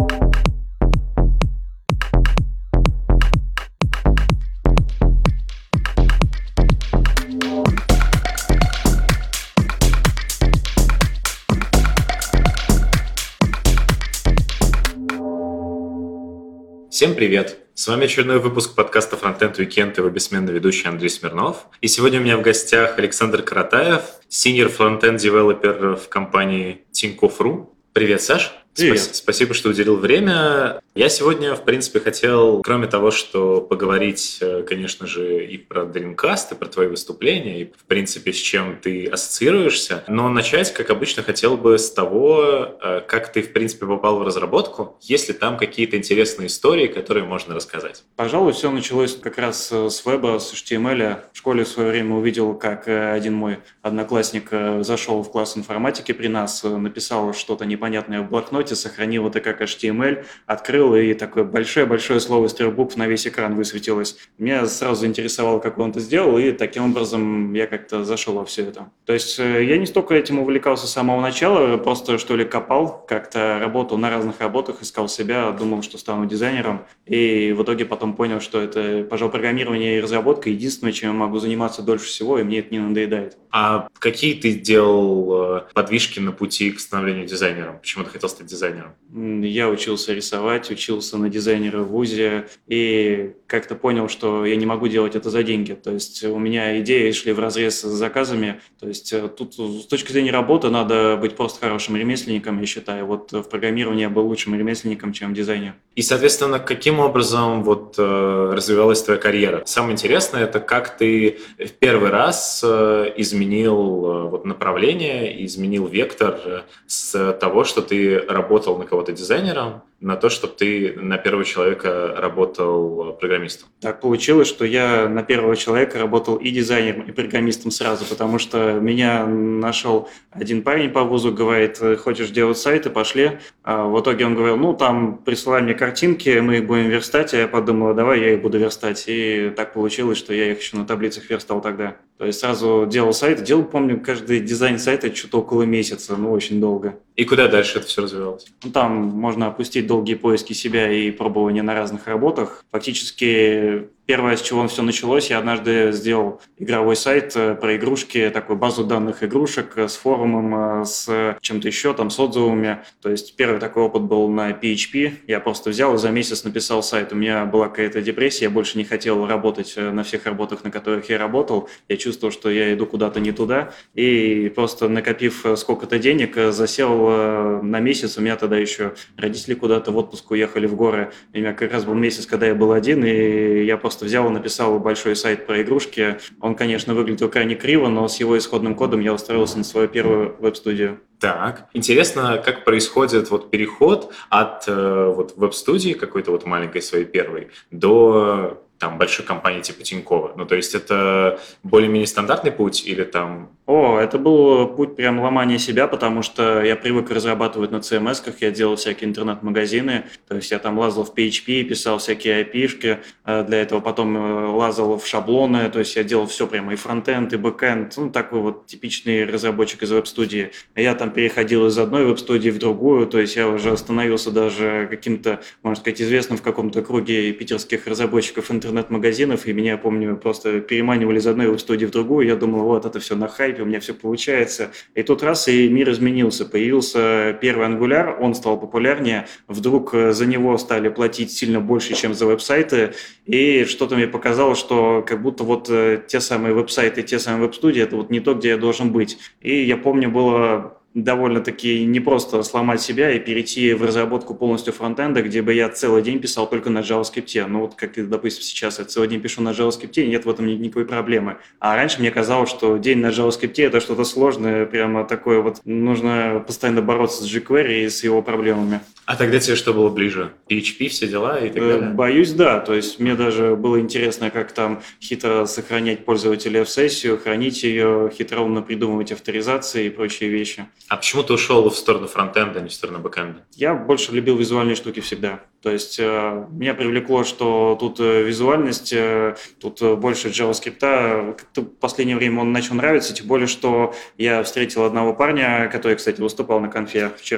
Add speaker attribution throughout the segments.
Speaker 1: Всем привет! С вами очередной выпуск подкаста Frontend Weekend, его бессменный ведущий Андрей Смирнов. И сегодня у меня в гостях Александр Каратаев, senior frontend developer в компании Tinkoff.ru. Привет, Саш!
Speaker 2: Привет.
Speaker 1: Спасибо, что уделил время. Я сегодня, в принципе, хотел, кроме того, что поговорить, конечно же, и про Dreamcast, и про твои выступления, и, в принципе, с чем ты ассоциируешься, но начать, как обычно, хотел бы с того, как ты, в принципе, попал в разработку, есть ли там какие-то интересные истории, которые можно рассказать.
Speaker 2: Пожалуй, все началось как раз с веба, с HTML. В школе в свое время увидел, как один мой одноклассник зашел в класс информатики при нас, написал что-то непонятное в блокноте, сохранил это как HTML, открыл, и такое большое-большое слово из 3 букв на весь экран высветилось. Меня сразу заинтересовало, как он это сделал, и таким образом я как-то зашел во все это. То есть я не столько этим увлекался с самого начала, просто что ли копал, как-то работал на разных работах, искал себя, думал, что стану дизайнером, и в итоге потом понял, что это, пожалуй, программирование и разработка единственное, чем я могу заниматься дольше всего, и мне это не надоедает.
Speaker 1: А какие ты делал подвижки на пути к становлению дизайнером? Почему ты хотел стать дизайнером?
Speaker 2: Я учился рисовать, учился на дизайнера в вузе и как-то понял, что я не могу делать это за деньги. То есть у меня идеи шли вразрез с заказами. То есть тут с точки зрения работы надо быть просто хорошим ремесленником, я считаю. Вот в программировании я был лучшим ремесленником, чем в дизайне.
Speaker 1: И, соответственно, каким образом развивалась твоя карьера? Самое интересное, это как ты в первый раз изменил направление, изменил вектор с того, что ты работал на кого-то дизайнером, на то, чтобы ты на первого человека работал программистом.
Speaker 2: Так получилось, что я на первого человека работал и дизайнером, и программистом сразу, потому что меня нашел один парень по вузу, говорит: хочешь делать сайты, пошли. В итоге он говорил: там присылай мне картинки, мы их будем верстать. А я подумал: давай я их буду верстать. И так получилось, что я их еще на таблицах верстал тогда. То есть сразу делал сайты. Помню, каждый дизайн сайта что-то около месяца, очень долго.
Speaker 1: И куда дальше это все развивалось?
Speaker 2: Там можно опустить долгие поиски себя и пробования на разных работах. Фактически первое, с чего все началось, я однажды сделал игровой сайт про игрушки, такую базу данных игрушек с форумом, с чем-то еще, с отзывами. То есть первый такой опыт был на PHP. Я просто взял и за месяц написал сайт. У меня была какая-то депрессия, я больше не хотел работать на всех работах, на которых я работал. Я чувствовал, что я иду куда-то не туда. И просто накопив сколько-то денег, засел на месяц. У меня тогда еще родители куда-то в отпуск уехали в горы. У меня как раз был месяц, когда я был один, и я просто взял и написал большой сайт про игрушки. Он, конечно, выглядел крайне криво, но с его исходным кодом я устроился на свою первую веб-студию.
Speaker 1: Так, интересно, как происходит переход от веб-студии какой-то маленькой своей первой до большой компании типа Тинькова. То есть это более-менее стандартный путь или там...
Speaker 2: Это был путь прям ломания себя, потому что я привык разрабатывать на CMS-ках, я делал всякие интернет-магазины, то есть я там лазал в PHP, писал всякие IP-шки, для этого потом лазал в шаблоны, то есть я делал все прямо, и фронтенд, и бэкенд, такой типичный разработчик из веб-студии. Я там переходил из одной веб-студии в другую, то есть я уже становился даже каким-то, можно сказать, известным в каком-то круге питерских разработчиков интернет-магазинов, и меня, помню, просто переманивали из одной веб-студии в другую, я думал: это все на хайпе, у меня все получается. И тут раз, и мир изменился. Появился первый Angular, он стал популярнее, вдруг за него стали платить сильно больше, чем за веб-сайты, и что-то мне показало, что как будто те самые веб-сайты, те самые веб-студии, это не то, где я должен быть. И я помню, было довольно-таки непросто сломать себя и перейти в разработку полностью фронтенда, где бы я целый день писал только на JavaScript. Как, допустим, сейчас я целый день пишу на JavaScript, и нет в этом никакой проблемы. А раньше мне казалось, что день на JavaScript – это что-то сложное, прямо такое нужно постоянно бороться с jQuery и с его проблемами.
Speaker 1: А тогда тебе что было ближе? PHP, все дела и так далее?
Speaker 2: Боюсь, да. То есть мне даже было интересно, как там хитро сохранять пользователя в сессию, хранить ее, хитроумно придумывать авторизации и прочие вещи.
Speaker 1: А почему ты ушел в сторону фронтенда, а не в сторону бэкенда?
Speaker 2: Я больше любил визуальные штуки всегда. То есть меня привлекло, что тут визуальность, тут больше JavaScript. Как-то в последнее время он начал нравиться, тем более, что я встретил одного парня, который, кстати, выступал на конфе вчера.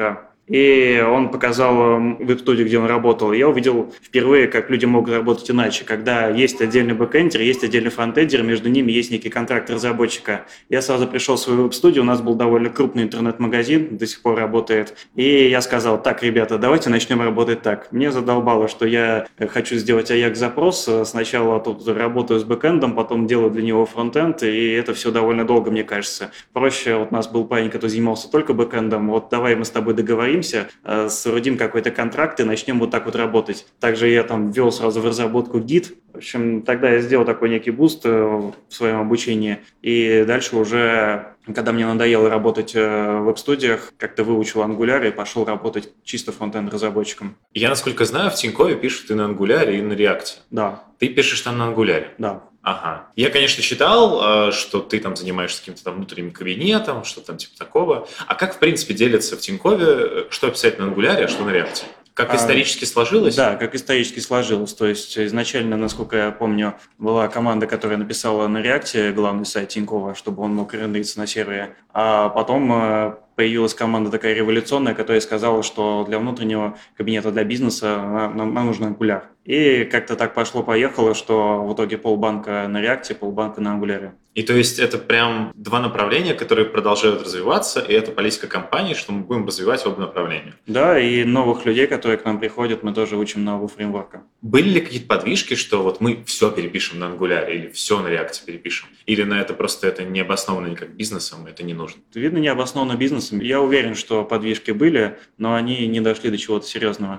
Speaker 2: И он показал веб-студию, где он работал. Я увидел впервые, как люди могут работать иначе. Когда есть отдельный бэкэндер, есть отдельный фронтендер, между ними есть некий контракт разработчика. Я сразу пришел в свою веб-студию, у нас был довольно крупный интернет-магазин, до сих пор работает. И я сказал: так, ребята, давайте начнем работать так. Мне задолбало, что я хочу сделать AJAX-запрос. Сначала тут работаю с бэкэндом, потом делаю для него фронтенд, и это все довольно долго, мне кажется. Проще, вот у нас был парень, который занимался только бэкэндом, вот давай мы с тобой договоримся, соорудим какой-то контракт и начнем вот так вот работать. Также я там ввел сразу в разработку Git. В общем, тогда я сделал такой некий буст в своем обучении. И дальше уже, когда мне надоело работать в веб-студиях, как-то выучил Angular и пошел работать чисто фронтенд-разработчиком.
Speaker 1: Я, насколько знаю, в Тинькове пишут и на Angular, и на React.
Speaker 2: Да.
Speaker 1: Ты пишешь там на Angular?
Speaker 2: Да.
Speaker 1: Ага. Я, конечно, читал, что ты там занимаешься каким-то там внутренним кабинетом, что там типа такого. А как, в принципе, делятся в Тинькове, что писать на Angular, а что на React? Как исторически сложилось?
Speaker 2: Да, как исторически сложилось. То есть изначально, насколько я помню, была команда, которая написала на React главный сайт Тинькова, чтобы он мог рендериться на сервере. А потом появилась команда такая революционная, которая сказала, что для внутреннего кабинета, для бизнеса нам нужен Angular. И как-то так пошло-поехало, что в итоге полбанка на React, полбанка на Angular.
Speaker 1: И то есть это прям два направления, которые продолжают развиваться, и это политика компании, что мы будем развивать оба направления.
Speaker 2: Да, и новых людей, которые к нам приходят, мы тоже учим нового фреймворка.
Speaker 1: Были ли какие-то подвижки, что вот мы все перепишем на Angular или все на React перепишем? Или на это просто это не обосновано никак бизнесом, это не нужно?
Speaker 2: Видно, не обосновано бизнесом. Я уверен, что подвижки были, но они не дошли до чего-то серьезного.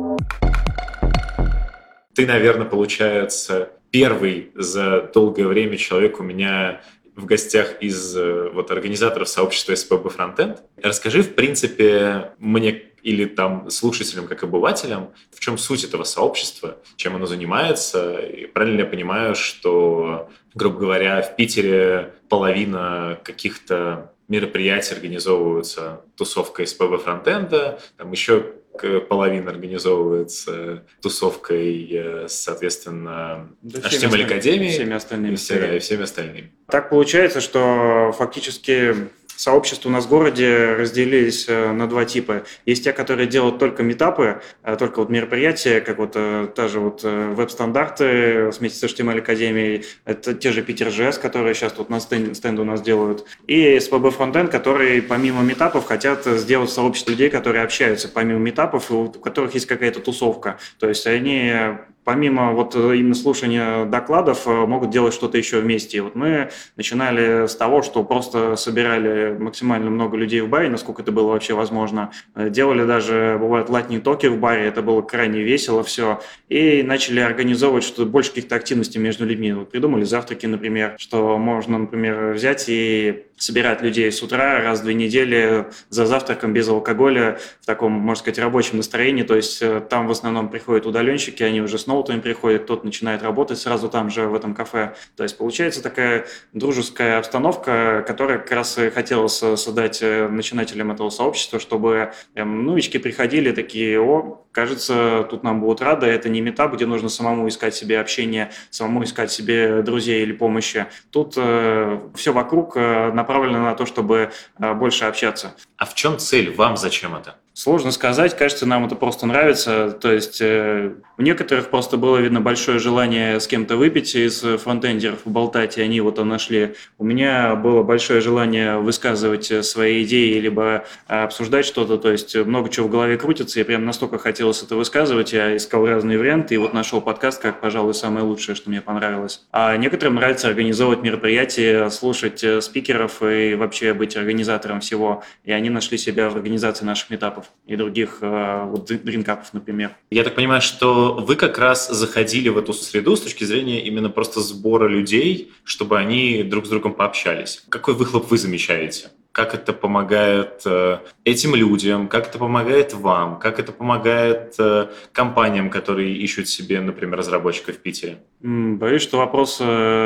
Speaker 1: Ты, наверное, получается, первый за долгое время человек у меня в гостях из вот, организаторов сообщества СПБ Frontend. Расскажи, в принципе, мне или там слушателям, как обывателям, в чем суть этого сообщества, чем оно занимается. И правильно я понимаю, что, грубо говоря, в Питере половина каких-то мероприятий организовываются тусовкой СПБ Фронтенда, там еще половина организовывается тусовкой, соответственно, HTML Академии.
Speaker 2: Всеми остальными.
Speaker 1: И всеми остальными.
Speaker 2: Так получается, что фактически сообщества у нас в городе разделились на два типа. Есть те, которые делают только митапы, только вот мероприятия, как вот та же вот веб-стандарты вместе с HTML Академией, это те же Питер.js, которые сейчас тут на стенде у нас делают, и СПБ Frontend, которые помимо митапов хотят сделать сообщество людей, которые общаются помимо митапов, у которых есть какая-то тусовка. То есть они помимо вот именно слушания докладов могут делать что-то еще вместе. И вот мы начинали с того, что просто собирали максимально много людей в баре, насколько это было вообще возможно. Делали даже, бывают, лайтнинг токи в баре, это было крайне весело все. И начали организовывать что-то больше каких-то активностей между людьми. Вот придумали завтраки, например, что можно, например, взять и собирать людей с утра раз в 2 недели за завтраком без алкоголя в таком, можно сказать, рабочем настроении. То есть там в основном приходят удаленщики, они уже с ноутами приходят, кто-то начинает работать сразу там же в этом кафе. То есть получается такая дружеская обстановка, которая как раз и хотелось создать начинателям этого сообщества, чтобы новички приходили такие: о, кажется, тут нам будут рады, это не митап, где нужно самому искать себе общение, самому искать себе друзей или помощи. Тут все вокруг направлено на то, чтобы больше общаться.
Speaker 1: А в чем цель? Вам зачем это?
Speaker 2: Сложно сказать, кажется, нам это просто нравится. То есть у некоторых просто было видно большое желание с кем-то выпить из фронтендеров, поболтать, и они его там нашли. У меня было большое желание высказывать свои идеи, либо обсуждать что-то. То есть много чего в голове крутится, и прям настолько хотелось это высказывать. Я искал разные варианты, и вот нашел подкаст как, пожалуй, самое лучшее, что мне понравилось. А некоторым нравится организовывать мероприятия, слушать спикеров и вообще быть организатором всего. И они нашли себя в организации наших митапов и других дринкапов, например.
Speaker 1: Я так понимаю, что вы как раз заходили в эту среду с точки зрения именно просто сбора людей, чтобы они друг с другом пообщались. Какой выхлоп вы замечаете? Как это помогает этим людям, как это помогает вам, как это помогает компаниям, которые ищут себе, например, разработчиков в Питере?
Speaker 2: Боюсь, что вопрос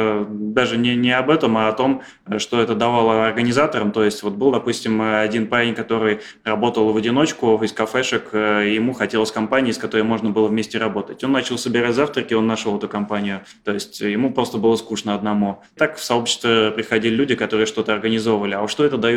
Speaker 2: даже не об этом, а о том, что это давало организаторам. То есть вот был, допустим, один парень, который работал в одиночку из кафешек, и ему хотелось компании, с которой можно было вместе работать. Он начал собирать завтраки, он нашел эту компанию. То есть ему просто было скучно одному. Так в сообщество приходили люди, которые что-то организовывали. А что это дает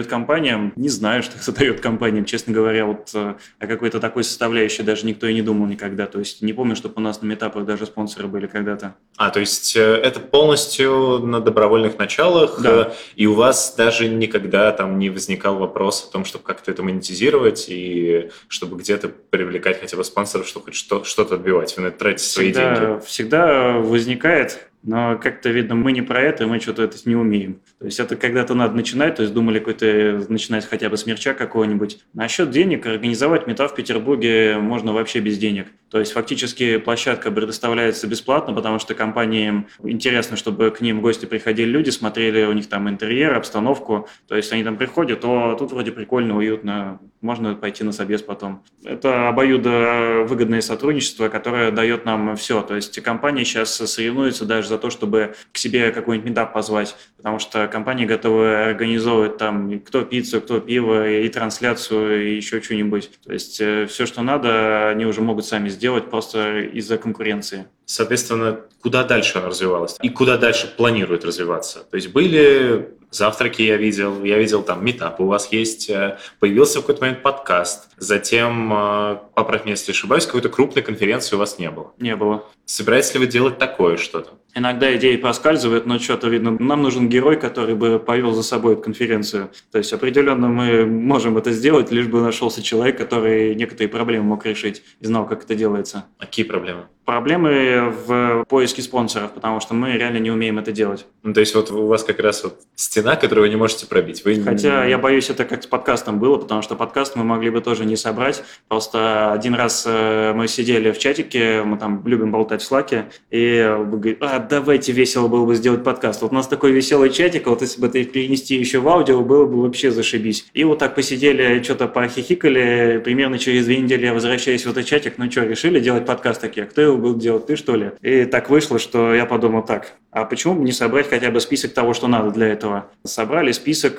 Speaker 2: дает компаниям? Не знаю, что это дает компаниям, честно говоря. О какой-то такой составляющей даже никто и не думал никогда. То есть не помню, чтобы у нас на митапах даже спонсоры были когда-то.
Speaker 1: То есть это полностью на добровольных началах,
Speaker 2: Да.
Speaker 1: И у вас даже никогда там не возникал вопрос о том, чтобы как-то это монетизировать и чтобы где-то привлекать хотя бы спонсоров, чтобы хоть что-то отбивать. Вы на это тратите свои деньги.
Speaker 2: Всегда возникает, но как-то, видно, мы не про это, мы что-то это не умеем. То есть это когда-то надо начинать, то есть думали начинать хотя бы с мерча какого-нибудь. Насчет денег, организовать метап в Петербурге можно вообще без денег. То есть фактически площадка предоставляется бесплатно, потому что компаниям интересно, чтобы к ним в гости приходили люди, смотрели у них там интерьер, обстановку. То есть они там приходят, тут вроде прикольно, уютно, можно пойти на собес потом. Это обоюдовыгодное сотрудничество, которое дает нам все. То есть компании сейчас соревнуются даже за то, чтобы к себе какой-нибудь метап позвать, потому что компании готовы организовывать там кто пиццу, кто пиво, и трансляцию, и еще что-нибудь. То есть все, что надо, они уже могут сами сделать просто из-за конкуренции.
Speaker 1: Соответственно, куда дальше она развивалась? И куда дальше планирует развиваться? То есть были завтраки, я видел там митап, у вас есть, появился в какой-то момент подкаст, затем, поправь меня, если ошибаюсь, какой-то крупной конференции у вас не было.
Speaker 2: Не было.
Speaker 1: Собираетесь ли вы делать такое что-то?
Speaker 2: Иногда идеи проскальзывают, но что-то видно. Нам нужен герой, который бы повел за собой эту конференцию. То есть определенно мы можем это сделать, лишь бы нашелся человек, который некоторые проблемы мог решить и знал, как это делается.
Speaker 1: А какие проблемы?
Speaker 2: Проблемы в поиске спонсоров, потому что мы реально не умеем это делать.
Speaker 1: То есть вот у вас как раз вот стена, которую вы не можете пробить.
Speaker 2: Хотя я боюсь, это как с подкастом было, потому что подкаст мы могли бы тоже не собрать. Просто один раз мы сидели в чатике, мы там любим болтать в Слаке, и вы говорите, давайте весело было бы сделать подкаст. Вот у нас такой веселый чатик, вот если бы это перенести еще в аудио, было бы вообще зашибись. И вот так посидели, что-то похихикали, примерно через 2 недели я возвращаюсь в этот чатик, решили делать подкаст такие, кто его будет делать, ты что ли? И так вышло, что я подумал так, а почему бы не собрать хотя бы список того, что надо для этого? Собрали список,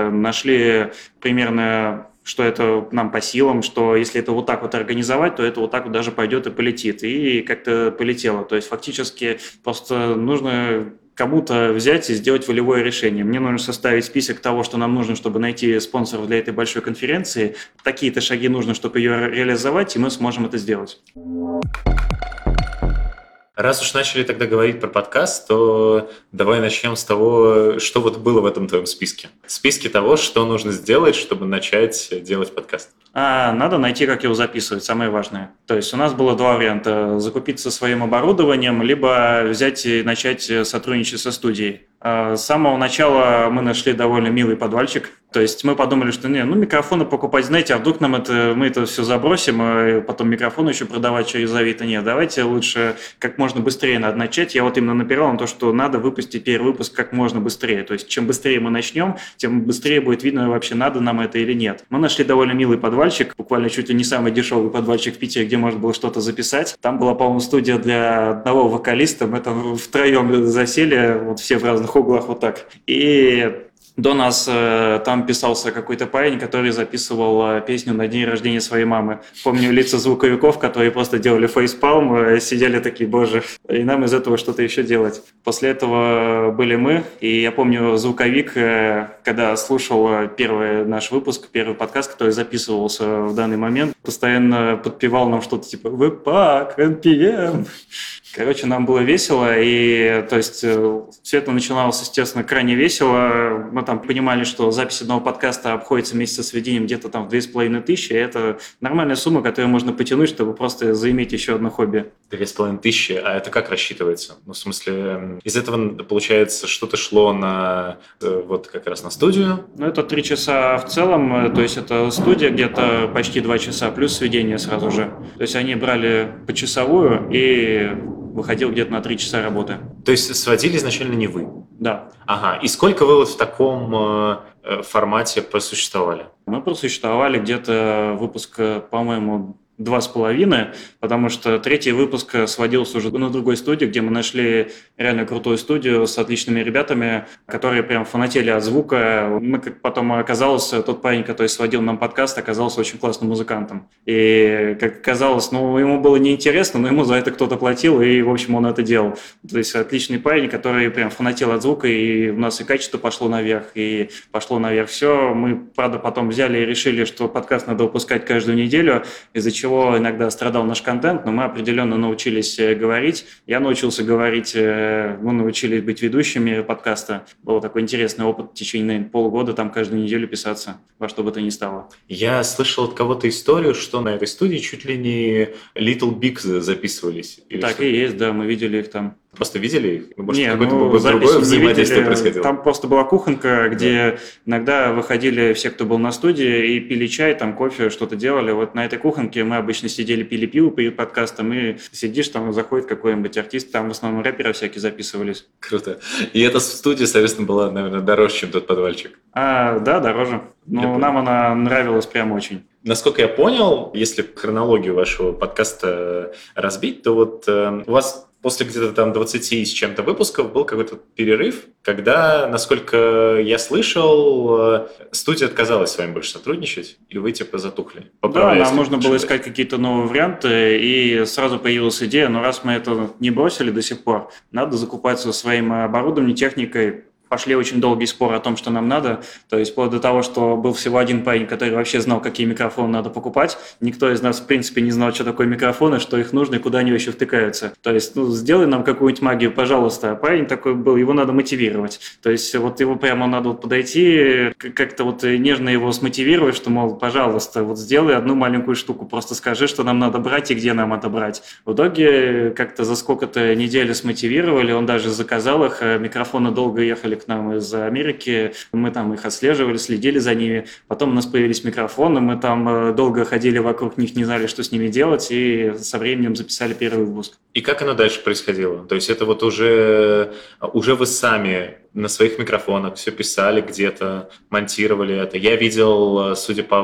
Speaker 2: нашли примерно, что это нам по силам, что если это вот так вот организовать, то это вот так вот даже пойдет и полетит. И как-то полетело. То есть фактически просто нужно кому-то взять и сделать волевое решение. Мне нужно составить список того, что нам нужно, чтобы найти спонсоров для этой большой конференции. Такие-то шаги нужно, чтобы ее реализовать, и мы сможем это сделать.
Speaker 1: Раз уж начали тогда говорить про подкаст, то давай начнем с того, что вот было в этом твоем списке. В списке того, что нужно сделать, чтобы начать делать подкаст.
Speaker 2: Надо найти, как его записывать, самое важное. То есть у нас было 2 варианта. Закупиться своим оборудованием, либо взять и начать сотрудничать со студией. С самого начала мы нашли довольно милый подвальчик. То есть мы подумали, что микрофоны покупать, знаете, а вдруг мы это все забросим, и потом микрофоны еще продавать через Авито. Нет, давайте лучше как можно быстрее надо начать. Я вот именно напирал на то, что надо выпустить первый выпуск как можно быстрее. То есть чем быстрее мы начнем, тем быстрее будет видно вообще, надо нам это или нет. Мы нашли довольно милый подвальчик, буквально чуть ли не самый дешевый подвальчик в Питере, где можно было что-то записать. Там была, по-моему, студия для одного вокалиста. Мы там втроем засели, вот все в разных углах вот так. И до нас там писался какой-то парень, который записывал песню на день рождения своей мамы. Помню лица звуковиков, которые просто делали фейспалм, сидели такие, боже, и нам из этого что-то еще делать. После этого были мы, и я помню звуковик, когда слушал первый наш выпуск, первый подкаст, который записывался в данный момент, постоянно подпевал нам что-то типа «Вы пак, NPM». Короче, нам было весело, и то есть все это начиналось, естественно, крайне весело. Мы там понимали, что запись одного подкаста обходится вместе со сведением где-то там в 2500, и это нормальная сумма, которую можно потянуть, чтобы просто заиметь еще одно хобби.
Speaker 1: 2500, а это как рассчитывается? В смысле, из этого, получается, что-то шло на вот как раз на студию?
Speaker 2: Это 3 часа в целом, то есть это студия где-то почти 2 часа, плюс сведение сразу же. То есть они брали почасовую и выходил где-то на 3 часа работы.
Speaker 1: То есть сводили изначально не вы?
Speaker 2: Да.
Speaker 1: Ага. И сколько вы вот в таком формате просуществовали?
Speaker 2: Мы просуществовали где-то выпуск, по-моему, 2,5, потому что третий выпуск сводился уже на другой студии, где мы нашли реально крутую студию с отличными ребятами, которые прям фанатели от звука. Мы, как потом оказалось, тот парень, который сводил нам подкаст, оказался очень классным музыкантом. И, как оказалось, ему было неинтересно, но ему за это кто-то платил, и, в общем, он это делал. То есть отличный парень, который прям фанател от звука, и у нас и качество пошло наверх, и пошло наверх все. Мы, правда, потом взяли и решили, что подкаст надо выпускать каждую неделю, из-за чего иногда страдал наш контент, но мы определенно научились говорить. Я научился говорить, мы научились быть ведущими подкаста. Был такой интересный опыт в течение, наверное, полугода там каждую неделю писаться, во что бы то ни стало.
Speaker 1: Я слышал от кого-то историю, что на этой студии чуть ли не Little Big записывались.
Speaker 2: Так и есть, да, мы видели их там.
Speaker 1: Просто видели их? Может,
Speaker 2: Не,
Speaker 1: какое-то другое взаимодействие происходило?
Speaker 2: Там просто была кухонка, где иногда выходили все, кто был на студии, и пили чай, там кофе, что-то делали. Вот на этой кухонке мы обычно сидели, пили пиво перед подкастом, и сидишь, там заходит какой-нибудь артист, там в основном рэперы всякие записывались.
Speaker 1: Круто. И эта студия, соответственно, была, наверное, дороже, чем тот подвальчик.
Speaker 2: Да, дороже. Но нам она нравилась прям очень.
Speaker 1: Насколько я понял, если хронологию вашего подкаста разбить, то вот у вас после где-то там 20 с чем-то выпусков был какой-то перерыв, когда, насколько я слышал, студия отказалась с вами больше сотрудничать, и вы типа затухли.
Speaker 2: Да, нам нужно было искать какие-то новые варианты, и сразу появилась идея, но раз мы это не бросили до сих пор, надо закупаться своим оборудованием, техникой. Пошли очень долгие споры о том, что нам надо. То есть вплоть до того, что был всего один парень, который вообще знал, какие микрофоны надо покупать. Никто из нас, в принципе, не знал, что такое микрофоны, что их нужно и куда они вообще втыкаются. То есть, сделай нам какую-нибудь магию, пожалуйста. А парень такой был, его надо мотивировать. То есть вот его прямо надо вот подойти, как-то вот нежно его смотивировать, что, мол, пожалуйста, вот сделай одну маленькую штуку, просто скажи, что нам надо брать и где нам это брать. В итоге как-то за сколько-то недель смотивировали, он даже заказал их, микрофоны долго ехали к нам из Америки, мы там их отслеживали, следили за ними, потом у нас появились микрофоны, мы там долго ходили вокруг них, не знали, что с ними делать, и со временем записали первый выпуск.
Speaker 1: И как оно дальше происходило? То есть это вот уже вы сами на своих микрофонах все писали где-то, монтировали это. Я видел, судя по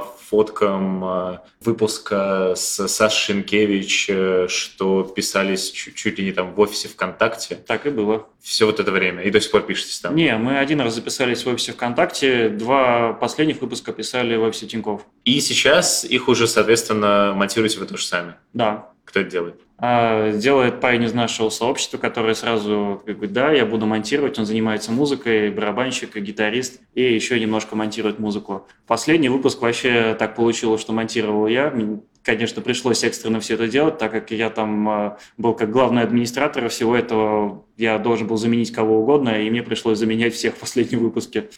Speaker 1: фоткам выпуска с Сашей Шенкевич, что писались чуть ли не там в офисе ВКонтакте.
Speaker 2: Так и было.
Speaker 1: Все вот это время. И до сих пор пишетесь там?
Speaker 2: Не, мы один раз записались в офисе ВКонтакте, 2 последних выпуска писали в офисе Тинькофф.
Speaker 1: И сейчас их уже, соответственно, монтируете вы тоже сами?
Speaker 2: Да.
Speaker 1: Кто это делает?
Speaker 2: Делает парень из нашего сообщества, который сразу говорит, да, я буду монтировать, он занимается музыкой, барабанщик, гитарист, и еще немножко монтирует музыку. Последний выпуск вообще так получилось, что монтировал я. Конечно, пришлось экстренно все это делать, так как я там был как главный администратор всего этого, я должен был заменить кого угодно, и мне пришлось заменять всех в последнем выпуске.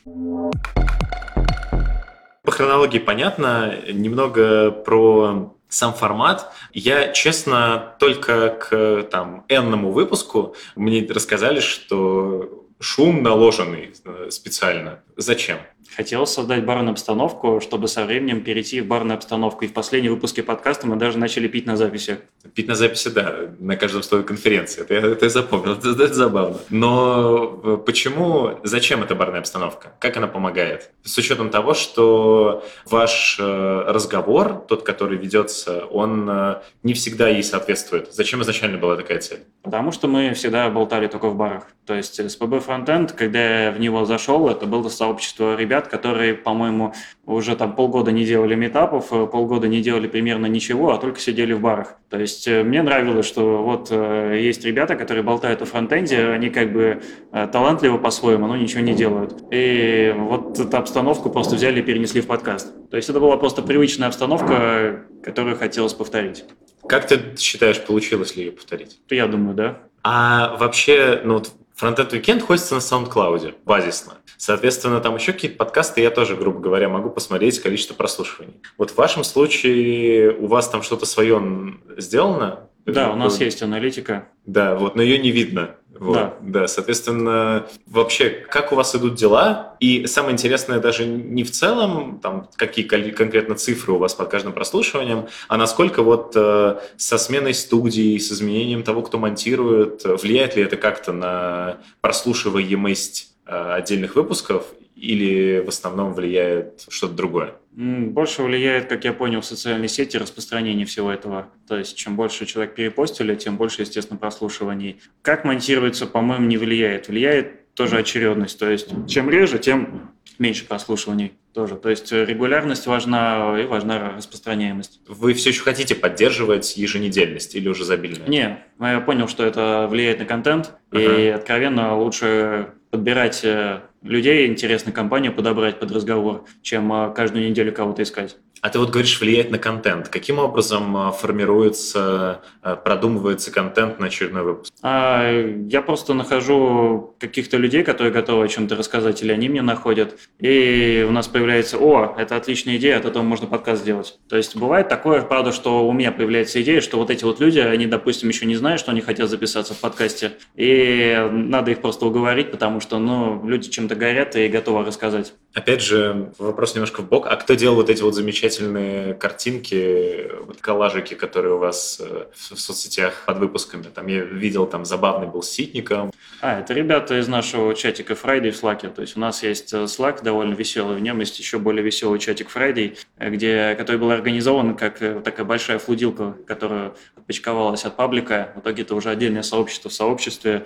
Speaker 1: По хронологии понятно, немного про сам формат. Я, честно, только к там N-ному выпуску мне рассказали, что шум наложенный специально. Зачем?
Speaker 2: Хотелось создать барную обстановку, чтобы со временем перейти в барную обстановку. И в последнем выпуске подкаста мы даже начали пить на записи.
Speaker 1: Пить на записи, да, на каждом слове конференции. Это я запомнил, это забавно. Но почему, зачем эта барная обстановка? Как она помогает? С учетом того, что ваш разговор, тот, который ведется, он не всегда ей соответствует. Зачем изначально была такая цель?
Speaker 2: Потому что мы всегда болтали только в барах. То есть SPB Frontend, когда я в него зашел, это было сообщество ребят, которые, по-моему, уже там полгода не делали митапов, полгода не делали примерно ничего, а только сидели в барах. То есть мне нравилось, что вот есть ребята, которые болтают о фронтенде, они как бы талантливы по-своему, но ничего не делают. И вот эту обстановку просто взяли и перенесли в подкаст. То есть это была просто привычная обстановка, которую хотелось повторить.
Speaker 1: Как ты считаешь, получилось ли ее повторить?
Speaker 2: Я думаю, да.
Speaker 1: А вообще, Frontend Weekend хостится на SoundCloud базисно. Соответственно, там еще какие-то подкасты я тоже, грубо говоря, могу посмотреть количество прослушиваний. Вот в вашем случае у вас там что-то свое сделано?
Speaker 2: Да, у нас есть аналитика.
Speaker 1: Да, вот, но ее не видно. Вот, да, соответственно, вообще, как у вас идут дела? И самое интересное даже не в целом, там, какие конкретно цифры у вас под каждым прослушиванием, а насколько вот со сменой студии, с изменением того, кто монтирует, влияет ли это как-то на прослушиваемость отдельных выпусков или в основном влияет что-то другое?
Speaker 2: Больше влияет, как я понял, социальные сети, распространение всего этого. То есть, чем больше человек перепостили, тем больше, естественно, прослушиваний. Как монтируется, по-моему, не влияет. Влияет тоже очередность. То есть, чем реже, тем меньше прослушиваний тоже. То есть, регулярность важна и важна распространяемость.
Speaker 1: Вы все еще хотите поддерживать еженедельность или уже забили на это?
Speaker 2: Не, я понял, что это влияет на контент, и откровенно лучше подбирать людей, интересную компанию подобрать под разговор, чем каждую неделю кого-то искать.
Speaker 1: А ты вот говоришь, влияет на контент. Каким образом формируется, продумывается контент на очередной выпуск?
Speaker 2: Я просто нахожу каких-то людей, которые готовы о чем-то рассказать, или они меня находят, и у нас появляется: о, это отличная идея, от этого можно подкаст сделать. То есть бывает такое, правда, что у меня появляется идея, что вот эти вот люди, они, допустим, еще не знают, что они хотят записаться в подкасте, и надо их просто уговорить, потому что, люди чем-то горят и готовы рассказать.
Speaker 1: Опять же, вопрос немножко в бок. А кто делал вот эти вот замечательные картинки, вот коллажики, которые у вас в соцсетях под выпусками? Там я видел, там забавный был с Ситником.
Speaker 2: Это ребята из нашего чатика Friday в Slack. То есть у нас есть Slack довольно веселый, в нем есть еще более веселый чатик Friday, который был организован как такая большая флудилка, которая отпочковалась от паблика. В итоге это уже отдельное сообщество в сообществе.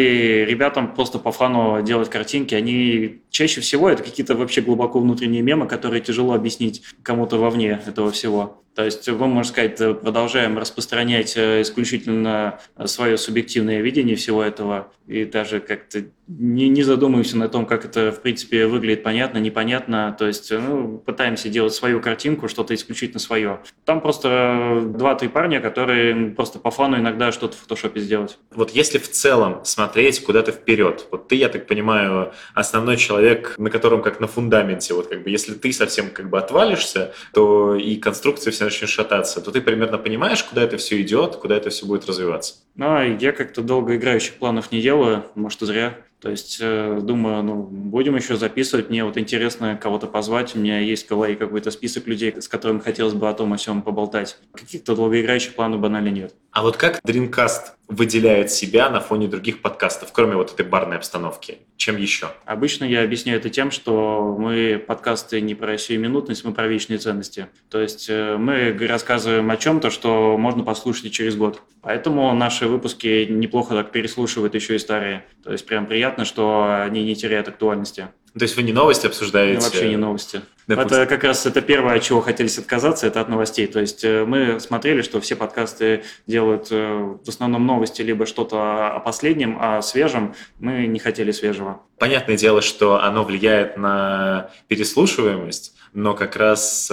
Speaker 2: И ребятам просто по фану делать картинки, они чаще всего это какие-то вообще глубоко внутренние мемы, которые тяжело объяснить кому-то вовне этого всего. То есть мы, можно сказать, продолжаем распространять исключительно свое субъективное видение всего этого и даже как-то не задумываемся на том, как это, в принципе, выглядит понятно, непонятно. То есть пытаемся делать свою картинку, что-то исключительно свое. Там просто 2-3 парня, которые просто по фану иногда что-то в фотошопе сделать.
Speaker 1: Вот если в целом смотреть куда-то вперед, вот ты, я так понимаю, основной человек, на котором как на фундаменте, вот как бы если ты совсем как бы отвалишься, то и конструкция вся начнет шататься, то ты примерно понимаешь, куда это все идет, куда это все будет развиваться.
Speaker 2: Я как-то долгоиграющих планов не делаю, может, и зря. То есть думаю, будем еще записывать, мне вот интересно кого-то позвать, у меня есть в голове какой-то список людей, с которыми хотелось бы о том, о сём поболтать. Каких-то долгоиграющих планов банально нет.
Speaker 1: А вот как Dreamcast выделяет себя на фоне других подкастов, кроме вот этой барной обстановки? Чем еще?
Speaker 2: Обычно я объясняю это тем, что мы подкасты не про сиюминутность, мы про вечные ценности. То есть мы рассказываем о чем-то, что можно послушать и через год. Поэтому наши выпуски неплохо так переслушивают еще и старые. То есть прям приятно, что они не теряют актуальности.
Speaker 1: То есть вы не новости обсуждаете?
Speaker 2: Вообще не новости.
Speaker 1: Допустим.
Speaker 2: Это как раз это первое, от чего хотелось отказаться, это от новостей. То есть мы смотрели, что все подкасты делают в основном новости, либо что-то о последнем, о свежем. Мы не хотели свежего.
Speaker 1: Понятное дело, что оно влияет на переслушиваемость, но как раз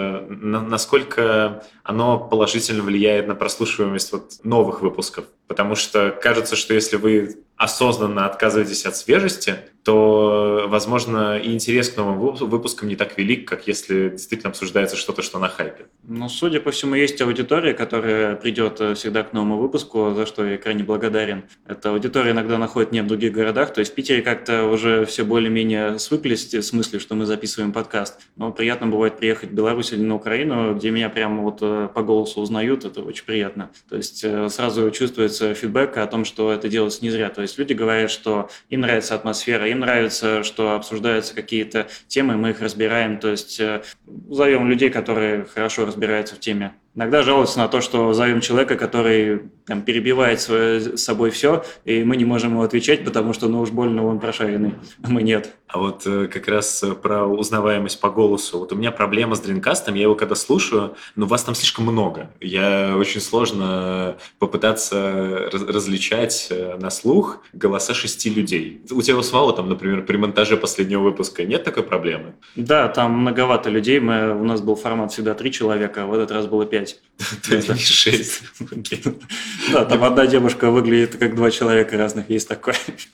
Speaker 1: насколько оно положительно влияет на прослушиваемость вот новых выпусков. Потому что кажется, что если вы осознанно отказываетесь от свежести, то, возможно, и интерес к новым выпускам не так велик, как если действительно обсуждается что-то, что на хайпе.
Speaker 2: Судя по всему, есть аудитория, которая придет всегда к новому выпуску, за что я крайне благодарен. Эта аудитория иногда находит меня в других городах, то есть в Питере как-то уже все более-менее свыклись с мыслью, что мы записываем подкаст. Но приятно бывает приехать в Беларусь или на Украину, где меня прямо вот по голосу узнают, это очень приятно. То есть сразу чувствуется фидбэк о том, что это делается не зря. То есть люди говорят, что им нравится атмосфера, им нравится, что обсуждаются какие-то темы, мы их разбираем. То есть зовем людей, которые хорошо разбираются в теме. Иногда жалуются на то, что зовем человека, который перебивает с собой все, и мы не можем ему отвечать, потому что уж больно он прошаренный, а мы нет.
Speaker 1: А вот как раз про узнаваемость по голосу. Вот у меня проблема с Дринкастом, я его когда слушаю, вас там слишком много. Очень сложно попытаться различать на слух голоса 6 людей. У тебя самого там, например, при монтаже последнего выпуска нет такой проблемы?
Speaker 2: Да, там многовато людей. У нас был формат всегда 3 человека, а в этот раз было 5.
Speaker 1: То есть не 6.
Speaker 2: Да, там одна девушка выглядит как 2 человека разных, есть такое.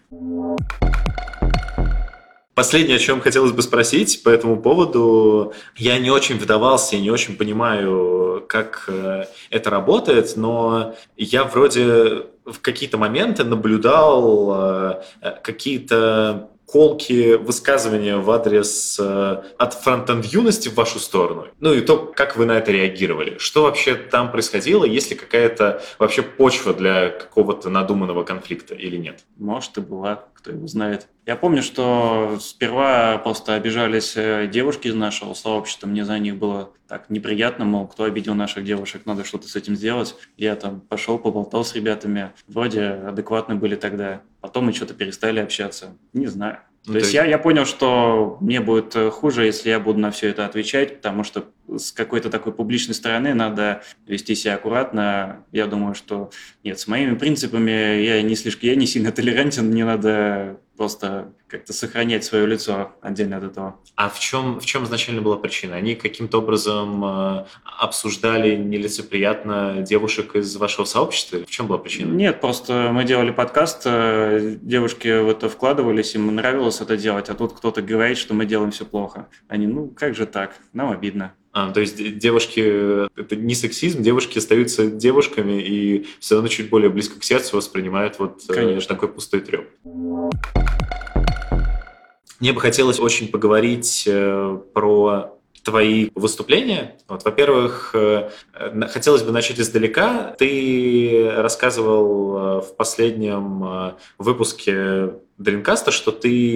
Speaker 1: Последнее, о чем хотелось бы спросить по этому поводу, я не очень вдавался и не очень понимаю, как это работает, но я вроде в какие-то моменты наблюдал какие-то колкие высказывания в адрес от фронтенд юности в вашу сторону. И то, как вы на это реагировали. Что вообще там происходило? Есть ли какая-то вообще почва для какого-то надуманного конфликта или нет?
Speaker 2: Может, и была, кто его знает. Я помню, что сперва просто обижались девушки из нашего сообщества, мне за них было так неприятно, мол, кто обидел наших девушек, надо что-то с этим сделать. Я там пошел, поболтал с ребятами, вроде адекватны были тогда, потом мы что-то перестали общаться, не знаю.
Speaker 1: Ну,
Speaker 2: То есть я понял, что мне будет хуже, если я буду на все это отвечать, потому что с какой-то такой публичной стороны надо вести себя аккуратно. Я думаю, что нет, с моими принципами я не сильно толерантен, мне надо просто как-то сохранять свое лицо отдельно от этого.
Speaker 1: А в чем изначально была причина? Они каким-то образом обсуждали нелицеприятно девушек из вашего сообщества? В чем была причина?
Speaker 2: Нет, просто мы делали подкаст, девушки в это вкладывались, им нравилось это делать, а тут кто-то говорит, что мы делаем все плохо. Они, ну как же так, нам обидно.
Speaker 1: То есть девушки, это не сексизм, девушки остаются девушками и все равно чуть более близко к сердцу воспринимают вот такой пустой треп. Мне бы хотелось очень поговорить про твои выступления. Вот, во-первых, хотелось бы начать издалека. Ты рассказывал в последнем выпуске Дринкаста, что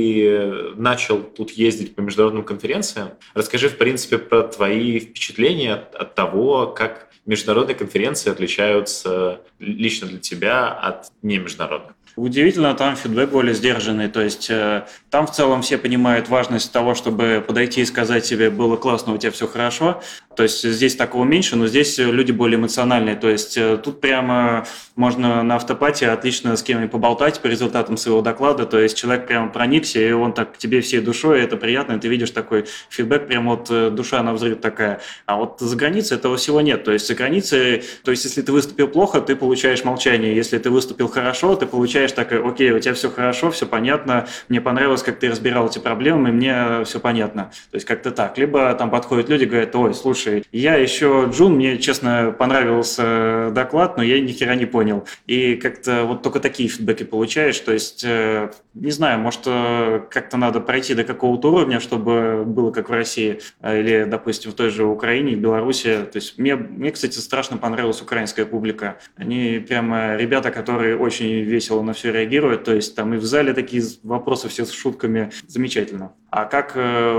Speaker 1: ты начал тут ездить по международным конференциям. Расскажи, в принципе, про твои впечатления от того, как международные конференции отличаются лично для тебя от немеждународных.
Speaker 2: Удивительно, там фидбэк более сдержанный, то есть там в целом все понимают важность того, чтобы подойти и сказать себе «было классно, у тебя все хорошо», то есть здесь такого меньше, но здесь люди более эмоциональные, то есть тут прямо можно на автопате отлично с кем-нибудь поболтать по результатам своего доклада, то есть человек прямо проникся, и он так к тебе всей душой, и это приятно, и ты видишь такой фидбэк, прямо вот душа на взрыв такая, а вот за границей этого всего нет, то есть за границей, то есть если ты выступил плохо, ты получаешь молчание, если ты выступил хорошо, ты получаешь такое: окей, у тебя все хорошо, все понятно, мне понравилось, как ты разбирал эти проблемы, мне все понятно. То есть как-то так. Либо там подходят люди, говорят: ой, слушай, я еще джун, мне, честно, понравился доклад, но я ни хера не понял. И как-то вот только такие фидбэки получаешь. То есть, не знаю, может, как-то надо пройти до какого-то уровня, чтобы было как в России, или, допустим, в той же Украине, Беларуси. То есть мне, кстати, страшно понравилась украинская публика. Они прямо ребята, которые очень весело на все реагируют, то есть там и в зале такие вопросы все с шутками, замечательно. А как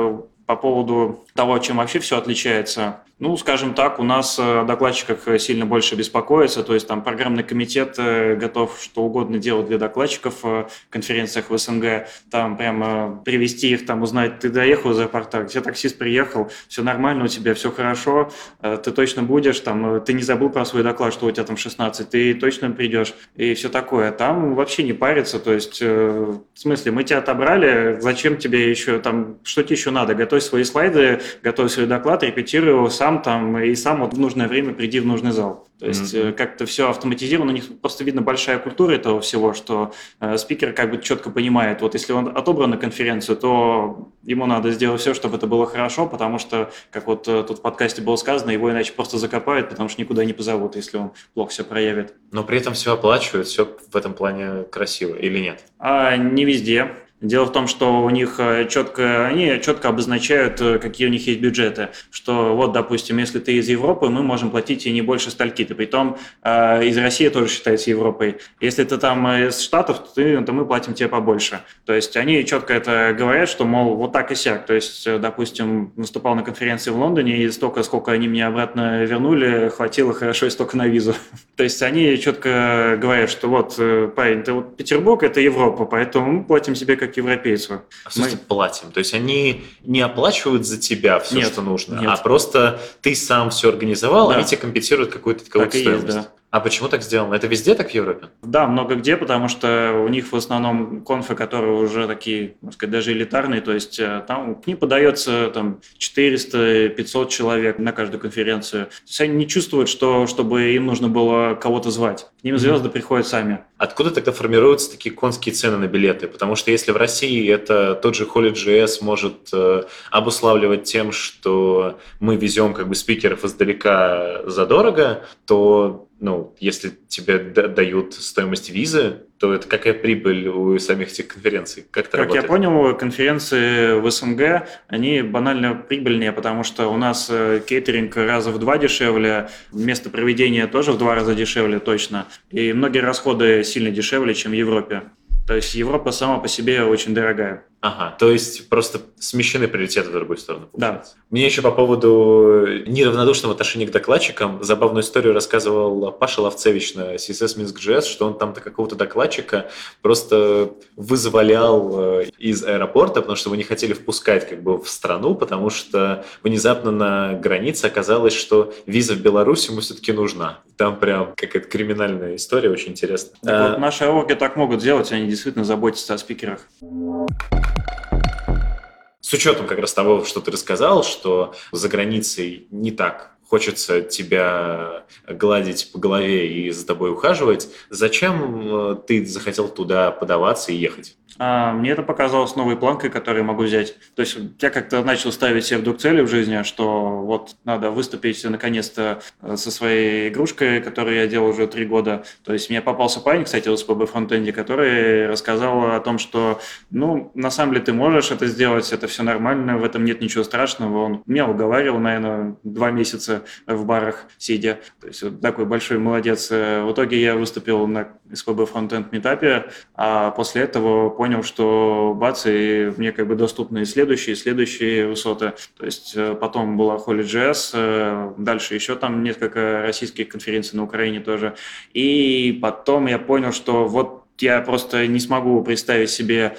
Speaker 2: по поводу того, чем вообще все отличается? Ну, скажем так, у нас о докладчиках сильно больше беспокоится, то есть там программный комитет готов что угодно делать для докладчиков в конференциях в СНГ, там прямо привести их, там узнать: ты доехал из аэропорта, где таксист приехал, все нормально у тебя, все хорошо, ты точно будешь, там, ты не забыл про свой доклад, что у тебя там 16, ты точно придешь, и все такое. Там вообще не парится, то есть, в смысле, мы тебя отобрали, зачем тебе еще, там, что тебе еще надо, готовь свои слайды, готовь свой доклад, репетируй его сам, там, и сам вот в нужное время приди в нужный зал. То есть как-то все автоматизировано, у них просто видно большая культура этого всего, что спикер как бы четко понимает, вот если он отобран на конференцию, то ему надо сделать все, чтобы это было хорошо, потому что, как вот тут в подкасте было сказано, его иначе просто закопают, потому что никуда не позовут, если он плохо себя проявит.
Speaker 1: Но при этом все оплачивают, все в этом плане красиво или нет?
Speaker 2: А не везде. Дело в том, что у них они четко обозначают, какие у них есть бюджеты. Что вот, допустим, если ты из Европы, мы можем платить тебе не больше стольки-то. Притом из России тоже считается Европой. Если ты там из Штатов, то мы платим тебе побольше. То есть они четко это говорят, что, мол, вот так и сяк. То есть, допустим, выступал на конференции в Лондоне, и столько, сколько они мне обратно вернули, хватило хорошо и столько на визу. То есть они четко говорят, что вот, парень, ты вот Петербург – это Европа, поэтому мы платим себе как европейцу.
Speaker 1: А в смысле платим? То есть они не оплачивают за тебя все, что нужно,
Speaker 2: нет.
Speaker 1: а просто ты сам все организовал,
Speaker 2: Да.
Speaker 1: они тебе компенсируют какую-то стоимость.
Speaker 2: Есть, да.
Speaker 1: А почему так сделано? Это везде так в Европе?
Speaker 2: Да, много где, потому что у них в основном конфы, которые уже такие, можно сказать, даже элитарные, то есть там к ним подается там 400-500 человек на каждую конференцию. То есть они не чувствуют, что чтобы им нужно было кого-то звать. К ним звезды приходят сами.
Speaker 1: Откуда тогда формируются такие конские цены на билеты? Потому что если в России это тот же Holy.js может обуславливать тем, что мы везем как бы спикеров издалека задорого, то если тебе дают стоимость визы, то это какая прибыль у самих этих конференций? Как это работает?
Speaker 2: Я понял, конференции в СНГ, они банально прибыльнее, потому что у нас кейтеринг раза в 2 дешевле, место проведения тоже в 2 раза дешевле точно, и многие расходы сильно дешевле, чем в Европе. То есть Европа сама по себе очень дорогая.
Speaker 1: Ага, то есть просто смещены приоритеты в другую сторону, получается.
Speaker 2: Да.
Speaker 1: Мне еще по поводу неравнодушного отношения к докладчикам забавную историю рассказывал Паша Ловцевич на CSS Minsk.js, что он там какого-то докладчика просто вызволял из аэропорта, потому что вы не хотели впускать в страну, потому что внезапно на границе оказалось, что виза в Беларусь ему все-таки нужна. Там прям какая-то криминальная история, очень интересная.
Speaker 2: Так вот, наши орги так могут делать, они действительно заботятся о спикерах.
Speaker 1: С учетом как раз того, что ты рассказал, что за границей не так хочется тебя гладить по голове и за тобой ухаживать, зачем ты захотел туда подаваться и ехать?
Speaker 2: Мне это показалось новой планкой, которую я могу взять. То есть я как-то начал ставить себе вдруг цели в жизни, что вот надо выступить наконец-то со своей игрушкой, которую я делал уже 3 года. То есть мне попался парень, кстати, в СПБ фронтенде, который рассказал о том, что, на самом деле ты можешь это сделать, это все нормально, в этом нет ничего страшного. Он меня уговаривал, наверное, 2 месяца в барах сидя. То есть вот такой большой молодец. В итоге я выступил на СПБ фронтенд метапе, а после этого понял, что бац, и мне доступны следующие высоты. То есть потом была Holy.js, дальше еще там несколько российских конференций на Украине тоже. И потом я понял, что вот я просто не смогу представить себе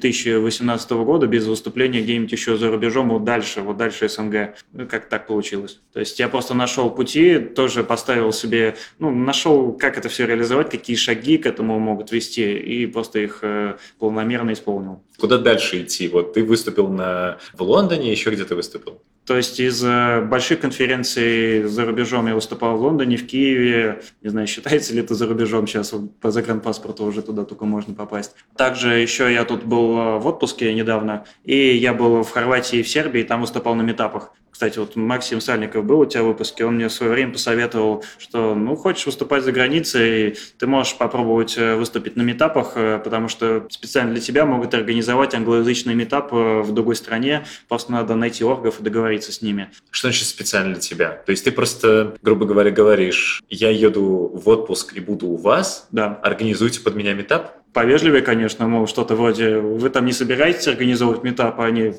Speaker 2: 2018 года без выступления где-нибудь еще за рубежом, вот дальше СНГ. Как так получилось. То есть я просто нашел пути, тоже поставил себе, нашел, как это все реализовать, какие шаги к этому могут вести, и просто их планомерно исполнил.
Speaker 1: Куда дальше идти? Вот ты выступил в Лондоне, еще где ты выступил?
Speaker 2: То есть из больших конференций за рубежом я выступал в Лондоне, в Киеве. Не знаю, считается ли это за рубежом, сейчас по загранпаспорту уже туда только можно попасть. Также еще я тут был в отпуске недавно, и я был в Хорватии и в Сербии, там выступал на митапах. Кстати, вот Максим Сальников был у тебя в выпуске, он мне в свое время посоветовал, что, хочешь выступать за границей, ты можешь попробовать выступить на митапах, потому что специально для тебя могут организовать англоязычный митап в другой стране, просто надо найти оргов и договориться с ними.
Speaker 1: Что значит специально для тебя? То есть ты просто, грубо говоря, говоришь, я еду в отпуск и буду у вас,
Speaker 2: да.
Speaker 1: Организуйте под меня митап?
Speaker 2: Повежливее, конечно, мол, что-то вроде, вы там не собираетесь организовывать митап, а они,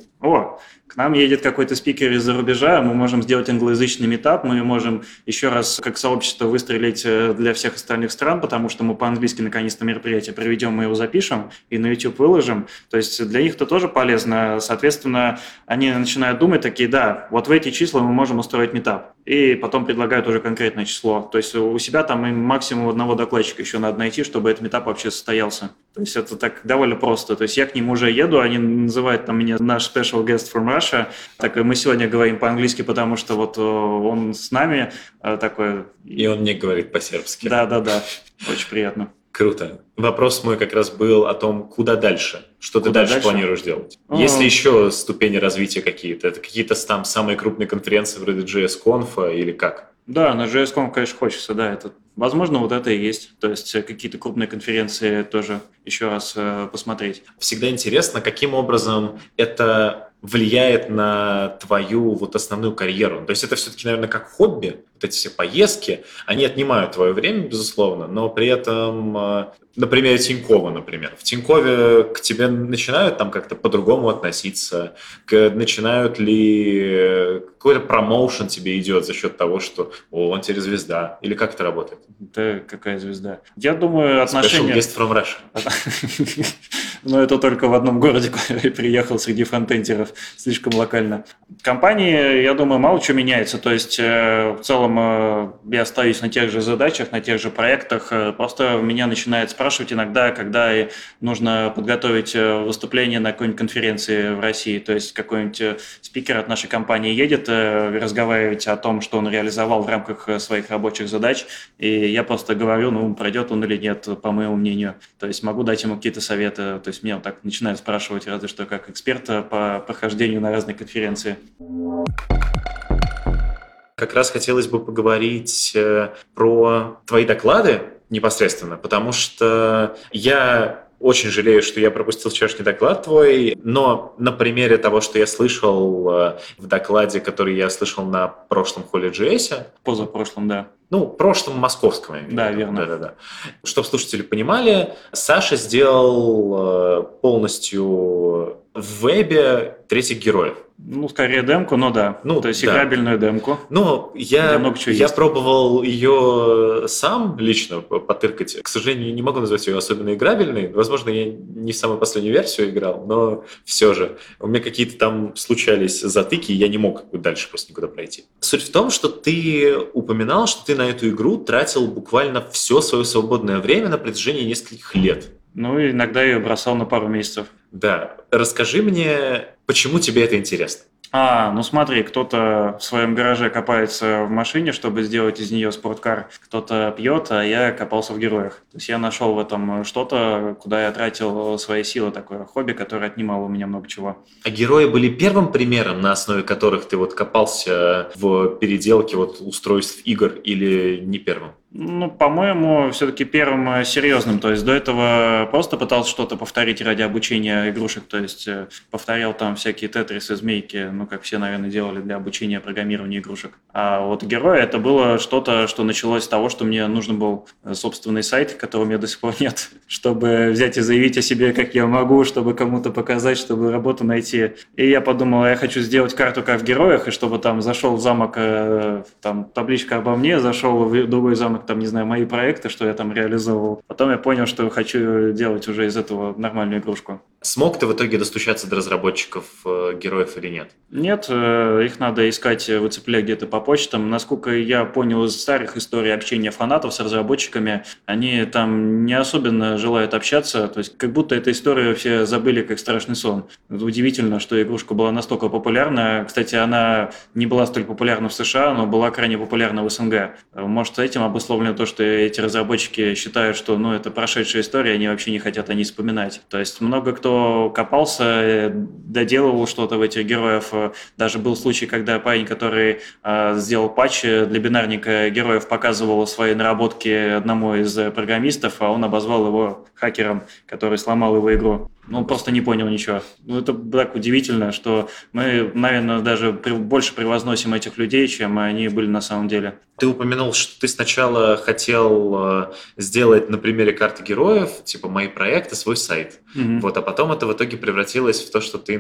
Speaker 2: к нам едет какой-то спикер из-за рубежа, мы можем сделать англоязычный митап, мы можем еще раз как сообщество выстрелить для всех остальных стран, потому что мы по-английски наконец-то мероприятие проведем, мы его запишем и на YouTube выложим. То есть для них это тоже полезно. Соответственно, они начинают думать такие, да, вот в эти числа мы можем устроить митап. И потом предлагают уже конкретное число. То есть у себя там им максимум одного докладчика еще надо найти, чтобы этот митап вообще состоялся. То есть это так довольно просто. То есть я к ним уже еду, они называют там меня наш special guest from Russia. Так мы сегодня говорим по-английски, потому что вот он с нами такой.
Speaker 1: И он мне говорит по-сербски.
Speaker 2: Да. Очень приятно.
Speaker 1: Круто. Вопрос мой как раз был о том, куда дальше? Что ты дальше планируешь делать? Есть ли еще ступени развития какие-то? Это какие-то там самые крупные конференции вроде JS-Conf или как?
Speaker 2: Да, на JS.com, конечно, хочется, да, это, возможно, вот это и есть, то есть какие-то крупные конференции тоже еще раз посмотреть.
Speaker 1: Всегда интересно, каким образом это влияет на твою основную карьеру. То есть это все-таки, наверное, как хобби, вот эти все поездки, они отнимают твое время, безусловно, но при этом, на примере Тинькова, например. В Тинькове к тебе начинают там как-то по-другому относиться, начинают ли какой-то промоушен тебе идет за счет того, что он теперь звезда, или как это работает?
Speaker 2: Да какая звезда? Я думаю, отношения...
Speaker 1: Special guest from Russia.
Speaker 2: Но это только в одном городе, куда я приехал среди фронтендеров, слишком локально. В компании, я думаю, мало чего меняется. То есть, в целом, я остаюсь на тех же задачах, на тех же проектах. Просто меня начинают спрашивать иногда, когда нужно подготовить выступление на какой-нибудь конференции в России. То есть, какой-нибудь спикер от нашей компании едет разговаривать о том, что он реализовал в рамках своих рабочих задач. И я просто говорю, пройдет он или нет, по моему мнению. То есть, могу дать ему какие-то советы. То есть меня так начинают спрашивать, разве что как эксперта по прохождению на разные конференции.
Speaker 1: Как раз хотелось бы поговорить про твои доклады непосредственно, потому что я очень жалею, что я пропустил вчерашний доклад твой, но на примере того, что я слышал в докладе, который я слышал на прошлом Holy.js,
Speaker 2: позапрошлом, да.
Speaker 1: Ну, прошлом московском, я имею в
Speaker 2: Да,
Speaker 1: виду.
Speaker 2: верно.
Speaker 1: Да-да-да. Чтобы слушатели понимали, Саша сделал полностью в вебе третьих героев.
Speaker 2: Ну, скорее демку, но да.
Speaker 1: Ну,
Speaker 2: То есть
Speaker 1: да.
Speaker 2: играбельную демку,
Speaker 1: Ну,
Speaker 2: где много чего
Speaker 1: я
Speaker 2: есть.
Speaker 1: пробовал ее сам лично потыркать. К сожалению, не могу назвать ее особенно играбельной. Возможно, я не в самую последнюю версию играл, но все же. У меня какие-то там случались затыки, и я не мог дальше просто никуда пройти. Суть в том, что ты упоминал, что ты на эту игру тратил буквально все свое свободное время на протяжении нескольких лет.
Speaker 2: Ну, и иногда ее бросал на пару месяцев.
Speaker 1: Да. Расскажи мне, почему тебе это интересно?
Speaker 2: Ну смотри, кто-то в своем гараже копается в машине, чтобы сделать из нее спорткар, кто-то пьет, а я копался в героях. То есть я нашел в этом что-то, куда я тратил свои силы, такое хобби, которое отнимало у меня много чего.
Speaker 1: А герои были первым примером, на основе которых ты вот копался в переделке вот устройств игр, или не первым?
Speaker 2: Ну, по-моему, все-таки первым серьезным. То есть до этого просто пытался что-то повторить ради обучения игрушек. То есть повторял там всякие тетрисы, змейки, ну, как все, наверное, делали для обучения программированию игрушек. А вот герои это было что-то, что началось с того, что мне нужен был собственный сайт, которого у меня до сих пор нет, чтобы взять и заявить о себе, как я могу, чтобы кому-то показать, чтобы работу найти. И я подумал, я хочу сделать карту как в героях, и чтобы там зашел в замок, там табличка обо мне, зашел в другой замок, там, не знаю, мои проекты, что я там реализовывал. Потом я понял, что хочу делать уже из этого нормальную игрушку.
Speaker 1: Смог ты в итоге достучаться до разработчиков героев или нет?
Speaker 2: Нет, их надо искать, выцеплять где-то по почтам. Насколько я понял из старых историй общения фанатов с разработчиками, они там не особенно желают общаться, то есть как будто эту историю все забыли как страшный сон. Это удивительно, что игрушка была настолько популярна. Кстати, она не была столь популярна в США, но была крайне популярна в СНГ. Может, этим обусловлено то, что эти разработчики считают, что это прошедшая история, они вообще не хотят о ней вспоминать. То есть много кто копался, доделывал что-то в этих героев. Даже был случай, когда парень, который сделал патч для бинарника героев, показывал свои наработки одному из программистов, а он обозвал его хакером, который сломал его игру. Он просто не понял ничего. Это так удивительно, что мы, наверное, даже больше превозносим этих людей, чем они были на самом деле.
Speaker 1: Ты упомянул, что ты сначала хотел сделать на примере карты героев, типа мои проекты, свой сайт. Вот, а потом это в итоге превратилось в то, что ты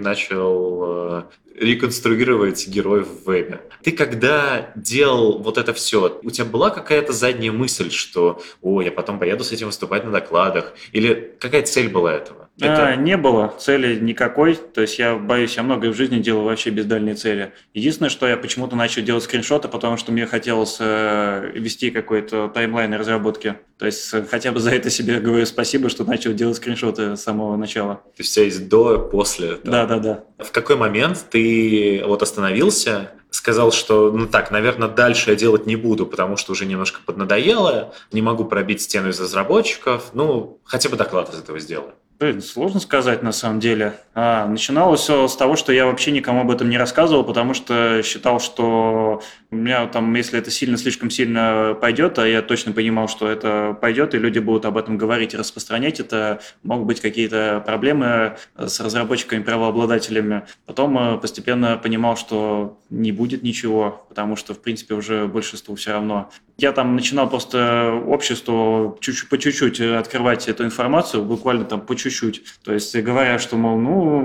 Speaker 1: начал реконструировать героев в вебе. Ты когда делал вот это все, у тебя была какая-то задняя мысль, что я потом поеду с этим выступать на докладах? Или какая цель была этого?
Speaker 2: Не было цели никакой, то есть я боюсь, я многое в жизни делаю вообще без дальней цели. Единственное, что я почему-то начал делать скриншоты, потому что мне хотелось вести какой-то таймлайн разработки. То есть хотя бы за это себе говорю спасибо, что начал делать скриншоты с самого начала.
Speaker 1: То есть у тебя есть до, после?
Speaker 2: Да.
Speaker 1: В какой момент ты вот остановился, сказал, что, наверное, дальше я делать не буду, потому что уже немножко поднадоело, не могу пробить стену из разработчиков, хотя бы доклад из этого сделаю?
Speaker 2: Сложно сказать на самом деле. Начиналось все с того, что я вообще никому об этом не рассказывал, потому что считал, что у меня там, если это слишком сильно пойдет, а я точно понимал, что это пойдет, и люди будут об этом говорить и распространять, это могут быть какие-то проблемы с разработчиками, правообладателями. Потом постепенно понимал, что не будет ничего, потому что, в принципе, уже большинству все равно. Я там начинал просто обществу по чуть-чуть открывать эту информацию, буквально там по чуть-чуть. То есть говоря, что, мол,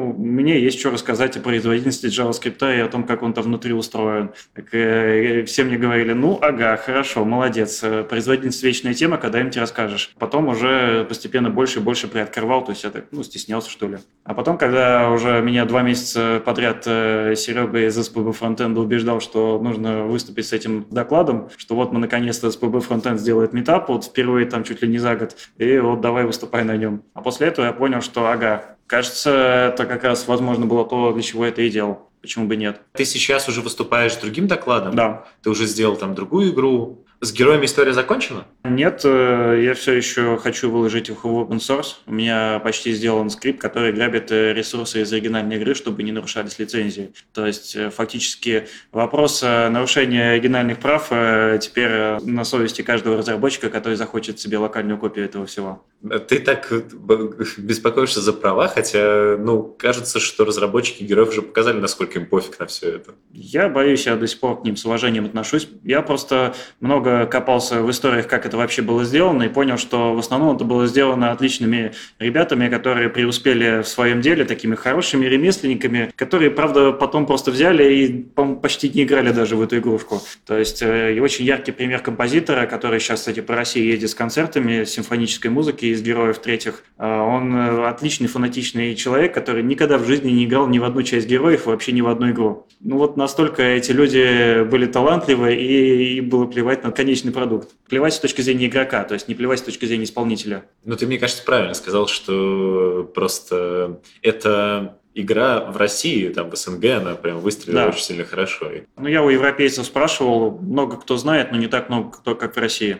Speaker 2: мне есть что рассказать о производительности JavaScript и о том, как он там внутри устроен. Так, все мне говорили, ага, хорошо, молодец, производительность вечная тема, когда-нибудь расскажешь. Потом уже постепенно больше и больше приоткрывал, то есть я так, стеснялся, что ли. А потом, когда уже меня 2 месяца подряд Серега из SPB Frontend убеждал, что нужно выступить с этим докладом, что вот мы наконец-то SPB Frontend сделает митап, вот впервые там чуть ли не за год, и вот давай выступай на нем. А после этого я понял, что кажется, это как раз, возможно, было то, для чего я это и делал. Почему бы нет?
Speaker 1: Ты сейчас уже выступаешь с другим докладом?
Speaker 2: Да.
Speaker 1: Ты уже сделал там другую игру. С героями история закончена?
Speaker 2: Нет, я все еще хочу выложить их в open source. У меня почти сделан скрипт, который грабит ресурсы из оригинальной игры, чтобы не нарушались лицензии. То есть фактически вопрос нарушения оригинальных прав теперь на совести каждого разработчика, который захочет себе локальную копию этого всего.
Speaker 1: Ты так беспокоишься за права, хотя, кажется, что разработчики героев уже показали, насколько им пофиг на все это.
Speaker 2: Я боюсь, я до сих пор к ним с уважением отношусь. Я просто много копался в историях, как это вообще было сделано, и понял, что в основном это было сделано отличными ребятами, которые преуспели в своем деле, такими хорошими ремесленниками, которые, правда, потом просто взяли и, по-моему, почти не играли даже в эту игрушку. То есть и очень яркий пример композитора, который сейчас, кстати, по России едет с концертами симфонической музыки из «Героев третьих». Он отличный фанатичный человек, который никогда в жизни не играл ни в одну часть «Героев», вообще ни в одну игру. Настолько эти люди были талантливы, и было плевать на конечный продукт. Плевать с точки зрения игрока, то есть не плевать с точки зрения исполнителя.
Speaker 1: Ты, мне кажется, правильно сказал, что просто это игра в России, там в СНГ, она прям выстрелила очень сильно хорошо.
Speaker 2: Я у европейцев спрашивал, много кто знает, но не так много кто, как в России.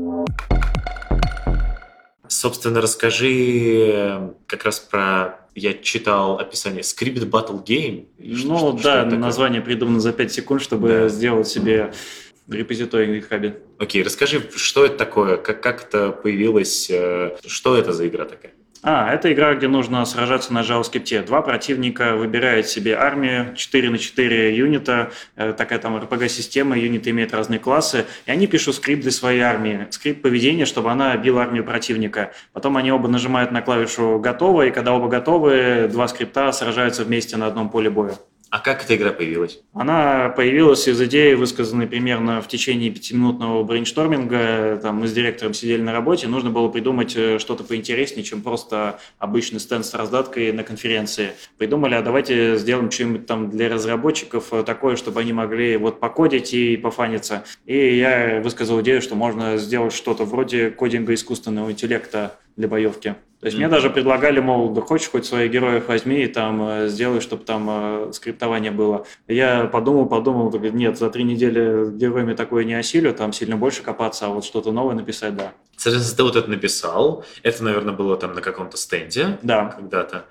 Speaker 1: Собственно, расскажи как раз про... Я читал описание Script Battle Game.
Speaker 2: Название придумано за 5 секунд, чтобы сделать себе репозиторий на GitHub.
Speaker 1: Окей, расскажи, что это такое, как это появилось, что это за игра такая?
Speaker 2: Это игра, где нужно сражаться на JavaScript. Два противника выбирают себе армию, 4 на 4 юнита, такая там RPG-система, юниты имеют разные классы, и они пишут скрипт для своей армии, скрипт поведения, чтобы она била армию противника. Потом они оба нажимают на клавишу «Готово», и когда оба готовы, два скрипта сражаются вместе на одном поле боя.
Speaker 1: А как эта игра появилась?
Speaker 2: Она появилась из идеи, высказанной примерно в течение 5-минутного брейншторминга. Там мы с директором сидели на работе, нужно было придумать что-то поинтереснее, чем просто обычный стенд с раздаткой на конференции. Придумали, давайте сделаем что-нибудь там для разработчиков такое, чтобы они могли покодить и пофаниться. И я высказал идею, что можно сделать что-то вроде кодинга искусственного интеллекта для боевки. То есть мне даже предлагали, мол, да хочешь хоть своих героев возьми и там сделай, чтобы там скриптование было. Я подумал, нет, за 3 недели героями такое не осилю, там сильно больше копаться, а вот что-то новое написать, да.
Speaker 1: Соответственно, ты вот это написал, это, наверное, было там на каком-то стенде когда-то.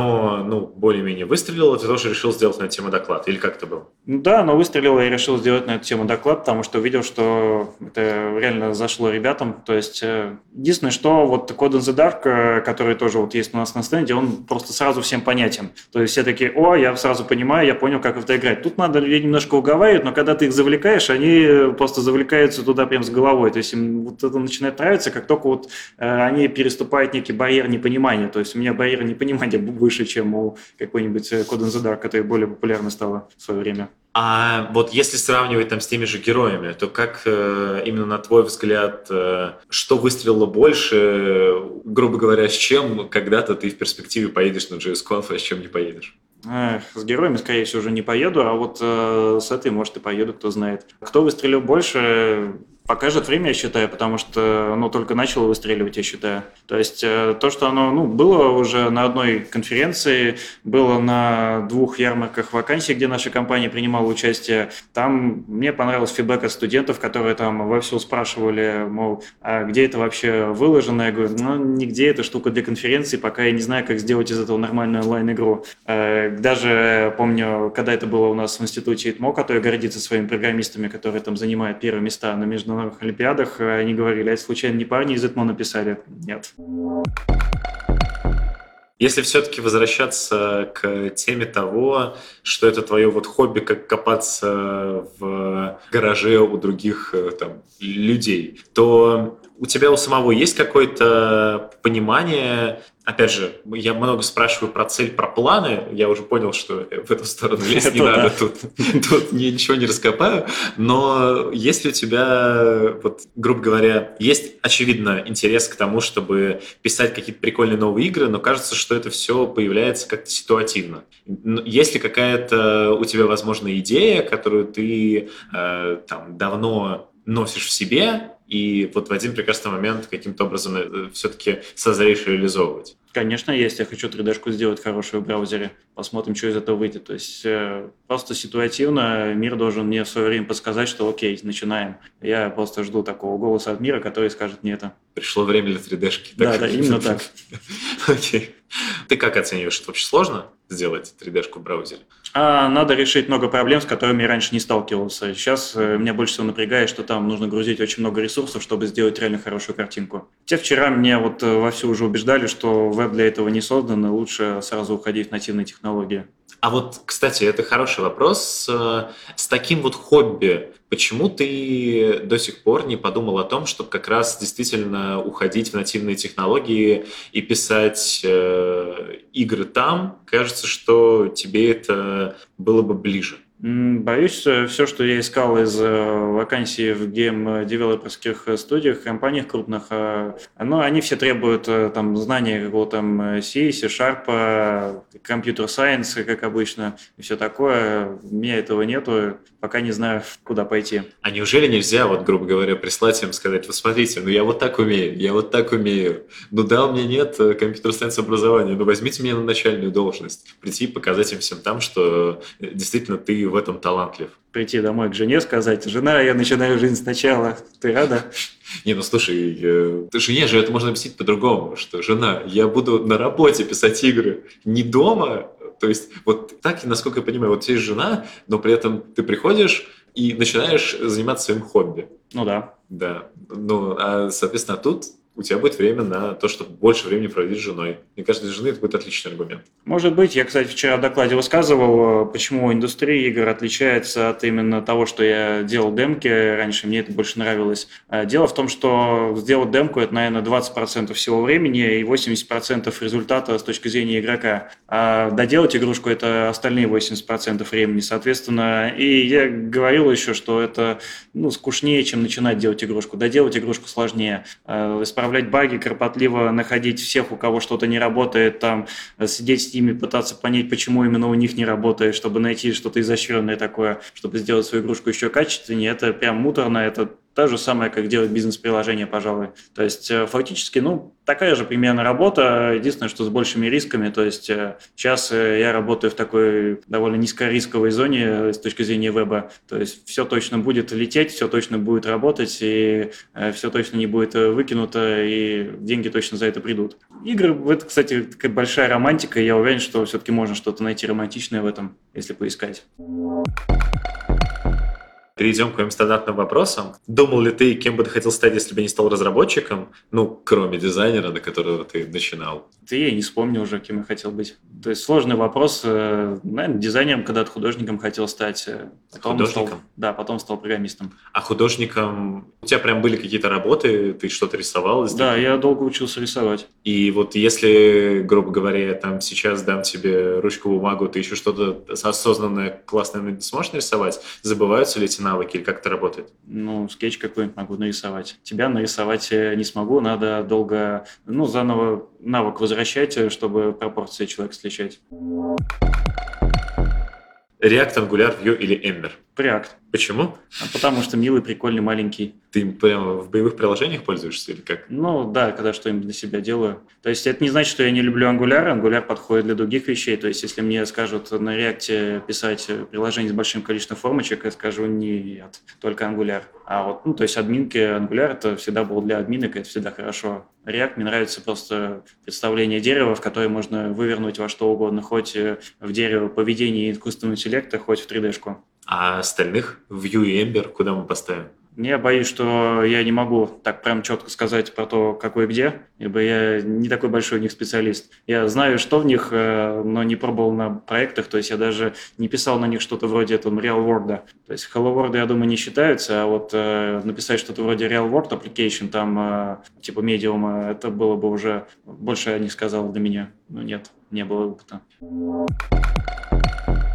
Speaker 1: Оно, более-менее выстрелило, ты тоже решил сделать на эту тему доклад, или как это было?
Speaker 2: Да, оно выстрелило, я решил сделать на эту тему доклад, потому что увидел, что это реально зашло ребятам. То есть, единственное, что вот Code in the Dark, который тоже вот есть у нас на стенде, он просто сразу всем понятен. То есть, все такие, я сразу понимаю, я понял, как в это играть. Тут надо людей немножко уговаривать, но когда ты их завлекаешь, они просто завлекаются туда прям с головой. То есть, им вот это начинает нравиться, как только они переступают некий барьер непонимания. То есть у меня барьер непонимания выше, чем у какой-нибудь Code in the Dark, которая более популярна стала в свое время.
Speaker 1: А вот если сравнивать там с теми же героями, то как именно на твой взгляд, что выстрелило больше, грубо говоря, с чем когда-то ты в перспективе поедешь на JSConf, а с чем не поедешь?
Speaker 2: С героями, скорее всего, уже не поеду, а вот с этой, может, и поеду, кто знает. Кто выстрелил больше, покажет время, я считаю, потому что оно только начало выстреливать, я считаю. То есть то, что оно было уже на одной конференции, было на 2 ярмарках вакансий, где наша компания принимала участие. Там мне понравился фидбэк от студентов, которые там вовсю спрашивали, мол, а где это вообще выложено? Я говорю, нигде, это штука для конференции, пока я не знаю, как сделать из этого нормальную онлайн-игру. Даже помню, когда это было у нас в институте ИТМО, который гордится своими программистами, которые там занимают первые места на международных олимпиадах, они говорили, а это случайно не парни из ИТМО написали? Нет.
Speaker 1: Если все-таки возвращаться к теме того, что это твое хобби, как копаться в гараже у других людей, то у тебя у самого есть какое-то понимание? Опять же, я много спрашиваю про цель, про планы. Я уже понял, что в эту сторону лезть не надо. Тут ничего не раскопаю. Но если у тебя, грубо говоря, есть, очевидно, интерес к тому, чтобы писать какие-то прикольные новые игры, но кажется, что это все появляется как-то ситуативно. Есть ли какая-то у тебя, возможно, идея, которую ты давно носишь в себе, и вот в один прекрасный момент каким-то образом все-таки созреешь реализовывать?
Speaker 2: Конечно, есть. Я хочу 3D-шку сделать хорошую в браузере. Посмотрим, что из этого выйдет. То есть просто ситуативно мир должен мне в свое время подсказать, что окей, начинаем. Я просто жду такого голоса от мира, который скажет мне это.
Speaker 1: Пришло время для 3D-шки.
Speaker 2: Да, именно так.
Speaker 1: Окей. Ты как оцениваешь? Это вообще сложно сделать 3D-шку в браузере?
Speaker 2: Надо решить много проблем, с которыми я раньше не сталкивался. Сейчас меня больше всего напрягает, что там нужно грузить очень много ресурсов, чтобы сделать реально хорошую картинку. Вчера меня вот вовсю уже убеждали, что веб для этого не создан, и лучше сразу уходить в нативные технологии.
Speaker 1: А вот, кстати, это хороший вопрос. С таким вот хобби, почему ты до сих пор не подумал о том, чтобы как раз действительно уходить в нативные технологии и писать игры там? Кажется, что тебе это было бы ближе.
Speaker 2: Боюсь, все, что я искал из вакансий в гейм-девелоперских студиях, компаниях крупных, они все требуют там знания какого-то там C, C-Sharp, компьютер сайенс, как обычно, и все такое. У меня этого нету, пока не знаю, куда пойти.
Speaker 1: А неужели нельзя, вот, грубо говоря, прислать им, сказать, вот смотрите, я вот так умею, я вот так умею. Да, у меня нет компьютер-сайенс образования, возьмите меня на начальную должность. Прийти и показать им всем там, что действительно ты в этом талантлив.
Speaker 2: Прийти домой к жене, сказать: жена, я начинаю жизнь сначала, ты рада?
Speaker 1: Слушай, жене же это можно объяснить по-другому, что жена, я буду на работе писать игры, не дома. То есть вот так, насколько я понимаю, вот есть жена, но при этом ты приходишь и начинаешь заниматься своим хобби.
Speaker 2: Да.
Speaker 1: Да. Соответственно, тут у тебя будет время на то, чтобы больше времени проводить с женой. Мне кажется, для жены это будет отличный аргумент.
Speaker 2: Может быть. Я, кстати, вчера в докладе высказывал, почему индустрия игр отличается от именно того, что я делал демки раньше, мне это больше нравилось. Дело в том, что сделать демку – это, наверное, 20% всего времени и 80% результата с точки зрения игрока. А доделать игрушку – это остальные 80% времени, соответственно. И я говорил еще, что это скучнее, чем начинать делать игрушку. Доделать игрушку сложнее. Исправлять баги, кропотливо находить всех, у кого что-то не работает, там, сидеть с ними, пытаться понять, почему именно у них не работает, чтобы найти что-то изощренное такое, чтобы сделать свою игрушку еще качественнее. Это прям муторно, это то же самое, как делать бизнес-приложение, пожалуй. То есть фактически, такая же примерно работа, единственное, что с большими рисками. То есть сейчас я работаю в такой довольно низкорисковой зоне с точки зрения веба. То есть все точно будет лететь, все точно будет работать, и все точно не будет выкинуто, и деньги точно за это придут. Игры, это, кстати, такая большая романтика, и я уверен, что все-таки можно что-то найти романтичное в этом, если поискать.
Speaker 1: Перейдем к моим стандартным вопросам. Думал ли ты, кем бы ты хотел стать, если бы не стал разработчиком? Кроме дизайнера, до которого ты начинал.
Speaker 2: Я и не вспомню уже, кем я хотел быть. То есть сложный вопрос. Наверное, дизайнером, когда-то художником хотел стать.
Speaker 1: Художником?
Speaker 2: Потом стал программистом.
Speaker 1: А художником у тебя прям были какие-то работы, ты что-то рисовал?
Speaker 2: Да, я долго учился рисовать.
Speaker 1: И вот если, грубо говоря, я там сейчас дам тебе ручку, бумагу, ты еще что-то осознанное, классное сможешь нарисовать? Забываются ли эти навыки или как это работает?
Speaker 2: Скетч какой-нибудь могу нарисовать. Тебя нарисовать не смогу, надо долго, заново навык возвращать, чтобы пропорции человека сличать.
Speaker 1: React, Angular, Vue или Ember?
Speaker 2: React.
Speaker 1: Почему?
Speaker 2: Потому что милый, прикольный, маленький.
Speaker 1: Ты прямо в боевых приложениях пользуешься или как?
Speaker 2: Да, когда что-нибудь для себя делаю. То есть это не значит, что я не люблю Angular. Angular подходит для других вещей. То есть если мне скажут на React писать приложение с большим количеством формочек, я скажу нет, только Angular. То есть админки Angular это всегда был для админок, это всегда хорошо. React мне нравится просто представление дерева, в которое можно вывернуть во что угодно, хоть в дерево поведения искусственного интеллекта, хоть в 3D-шку.
Speaker 1: А остальных, Vue и Ember, куда мы поставим?
Speaker 2: Я боюсь, что я не могу так прям четко сказать про то, какой где, ибо я не такой большой у них специалист. Я знаю, что в них, но не пробовал на проектах, то есть я даже не писал на них что-то вроде Real World. То есть Hello World, я думаю, не считаются, а вот написать что-то вроде Real World Application, там типа Medium, это было бы уже больше, я не сказал, для меня. Нет, не было опыта.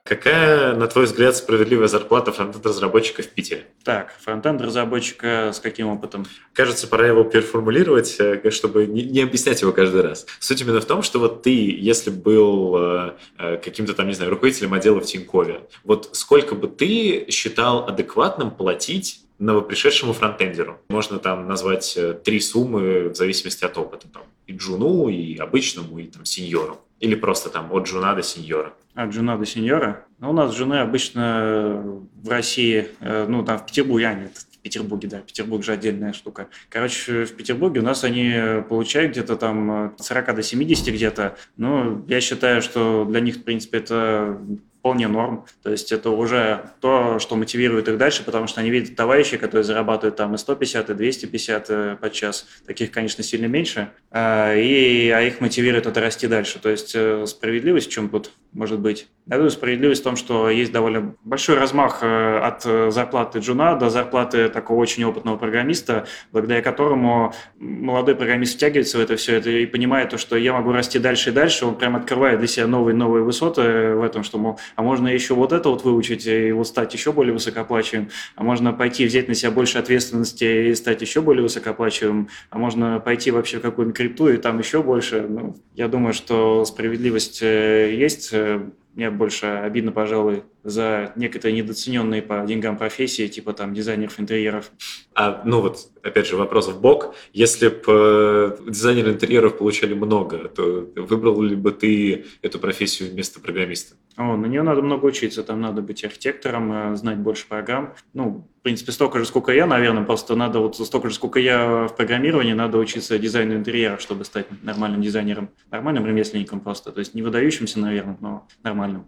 Speaker 1: Какая, на твой взгляд, справедливая зарплата фронтенд-разработчика в Питере?
Speaker 2: Так, фронтенд-разработчика с каким опытом?
Speaker 1: Кажется, пора его переформулировать, чтобы не объяснять его каждый раз. Суть именно в том, что вот ты, если был каким-то там, не знаю, руководителем отдела в Тинькове, вот сколько бы ты считал адекватным платить новопришедшему фронтендеру? Можно там назвать 3 суммы в зависимости от опыта. Там, и джуну, и обычному, и там сеньору. Или просто там от джуна до сеньора.
Speaker 2: От джуна до сеньора? Ну, у нас джуны обычно в России, ну, там в Петербурге, нет, в Петербурге, да, Петербург же отдельная штука. Короче, в Петербурге у нас они получают где-то там от 40 до 70 где-то. Ну, я считаю, что для них, в принципе, это вполне норм. То есть это уже то, что мотивирует их дальше, потому что они видят товарищей, которые зарабатывают там и 150, и 250 под час. Таких, конечно, сильно меньше. А их мотивирует это расти дальше. То есть справедливость в чем тут может быть? Я думаю, справедливость в том, что есть довольно большой размах от зарплаты джуна до зарплаты такого очень опытного программиста, благодаря которому молодой программист втягивается в это все и понимает то, что я могу расти дальше и дальше. Он прям открывает для себя новые высоты в этом, что, мол, а можно еще вот это вот выучить и вот стать еще более высокооплачиваемым, а можно пойти взять на себя больше ответственности и стать еще более высокооплачиваемым, а можно пойти вообще в какую-нибудь крипту и там еще больше. Ну, я думаю, что справедливость есть. Мне больше обидно, пожалуй, за некоторые недооцененные по деньгам профессии, типа там дизайнеров интерьеров.
Speaker 1: Ну вот, опять же, вопрос в бок. Если бы дизайнеры интерьеров получали много, то выбрал ли бы ты эту профессию вместо программиста?
Speaker 2: На нее надо много учиться, там надо быть архитектором, знать больше программ. Ну, в принципе, столько же, сколько я, наверное, просто надо вот столько же, сколько я в программировании, надо учиться дизайну интерьеров, чтобы стать нормальным дизайнером, нормальным ремесленником просто. То есть не выдающимся, наверное, но нормальным.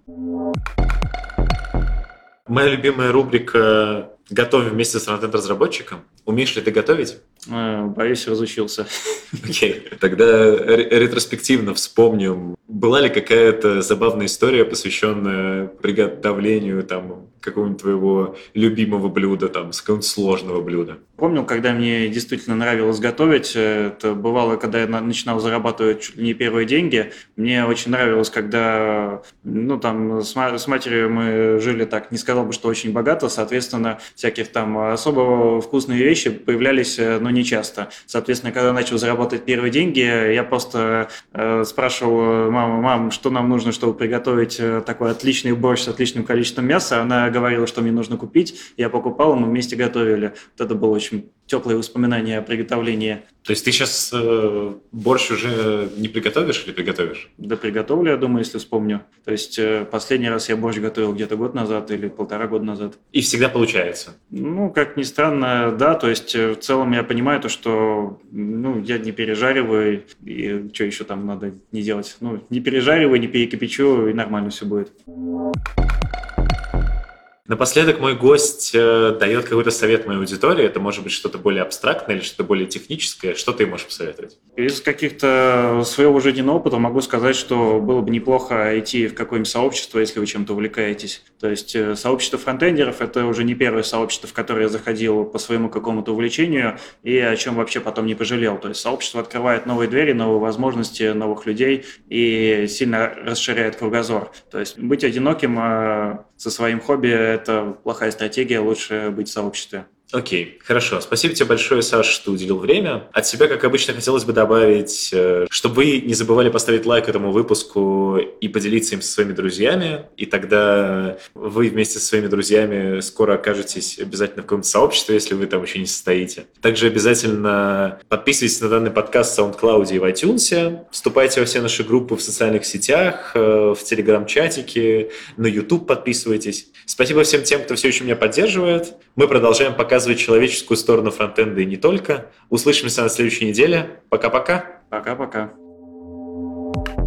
Speaker 1: Моя любимая рубрика «Готовим вместе с фронтенд-разработчиком». Умеешь ли ты готовить?
Speaker 2: Боюсь, разучился.
Speaker 1: Окей. Тогда ретроспективно вспомним, была ли какая-то забавная история, посвященная приготовлению там какого-нибудь твоего любимого блюда, там, с какого-нибудь сложного блюда?
Speaker 2: Помню, когда мне действительно нравилось готовить, это бывало, когда я начинал зарабатывать чуть ли не первые деньги, мне очень нравилось, когда, ну, там, с матерью мы жили так, не сказал бы, что очень богато, соответственно, всяких там особо вкусные вещи появлялись, но не часто. Соответственно, когда начал зарабатывать первые деньги, я просто спрашивал маму: мам, что нам нужно, чтобы приготовить такой отличный борщ с отличным количеством мяса? Она говорила, что мне нужно купить, я покупал, мы вместе готовили. Вот это было очень теплые воспоминания о приготовлении.
Speaker 1: То есть ты сейчас борщ уже не приготовишь или приготовишь?
Speaker 2: Да, приготовлю, я думаю, если вспомню. То есть последний раз я борщ готовил где-то год назад или 1,5 года назад.
Speaker 1: И всегда получается?
Speaker 2: Ну, как ни странно, да. То есть в целом я понимаю то, что я не пережариваю, и что еще там надо не делать? Ну, не пережариваю, не перекипячу, и нормально все будет.
Speaker 1: Напоследок мой гость дает какой-то совет моей аудитории. Это может быть что-то более абстрактное или что-то более техническое. Что ты можешь посоветовать?
Speaker 2: Из каких-то своего жизненного опыта могу сказать, что было бы неплохо идти в какое-нибудь сообщество, если вы чем-то увлекаетесь. То есть сообщество фронтендеров – это уже не первое сообщество, в которое я заходил по своему какому-то увлечению и о чем вообще потом не пожалел. То есть сообщество открывает новые двери, новые возможности, новых людей и сильно расширяет кругозор. То есть быть одиноким со своим хобби – это плохая стратегия, лучше быть в сообществе.
Speaker 1: Окей, хорошо. Спасибо тебе большое, Саша, что уделил время. От себя, как обычно, хотелось бы добавить, чтобы вы не забывали поставить лайк этому выпуску и поделиться им со своими друзьями, и тогда вы вместе со своими друзьями скоро окажетесь обязательно в каком-то сообществе, если вы там еще не состоите. Также обязательно подписывайтесь на данный подкаст в SoundCloud и в iTunes, вступайте во все наши группы в социальных сетях, в Telegram-чатике, на YouTube подписывайтесь. Спасибо всем тем, кто все еще меня поддерживает. Мы продолжаем показывать человеческую сторону фронтенда и не только. Услышимся на следующей неделе. Пока-пока.
Speaker 2: Пока-пока.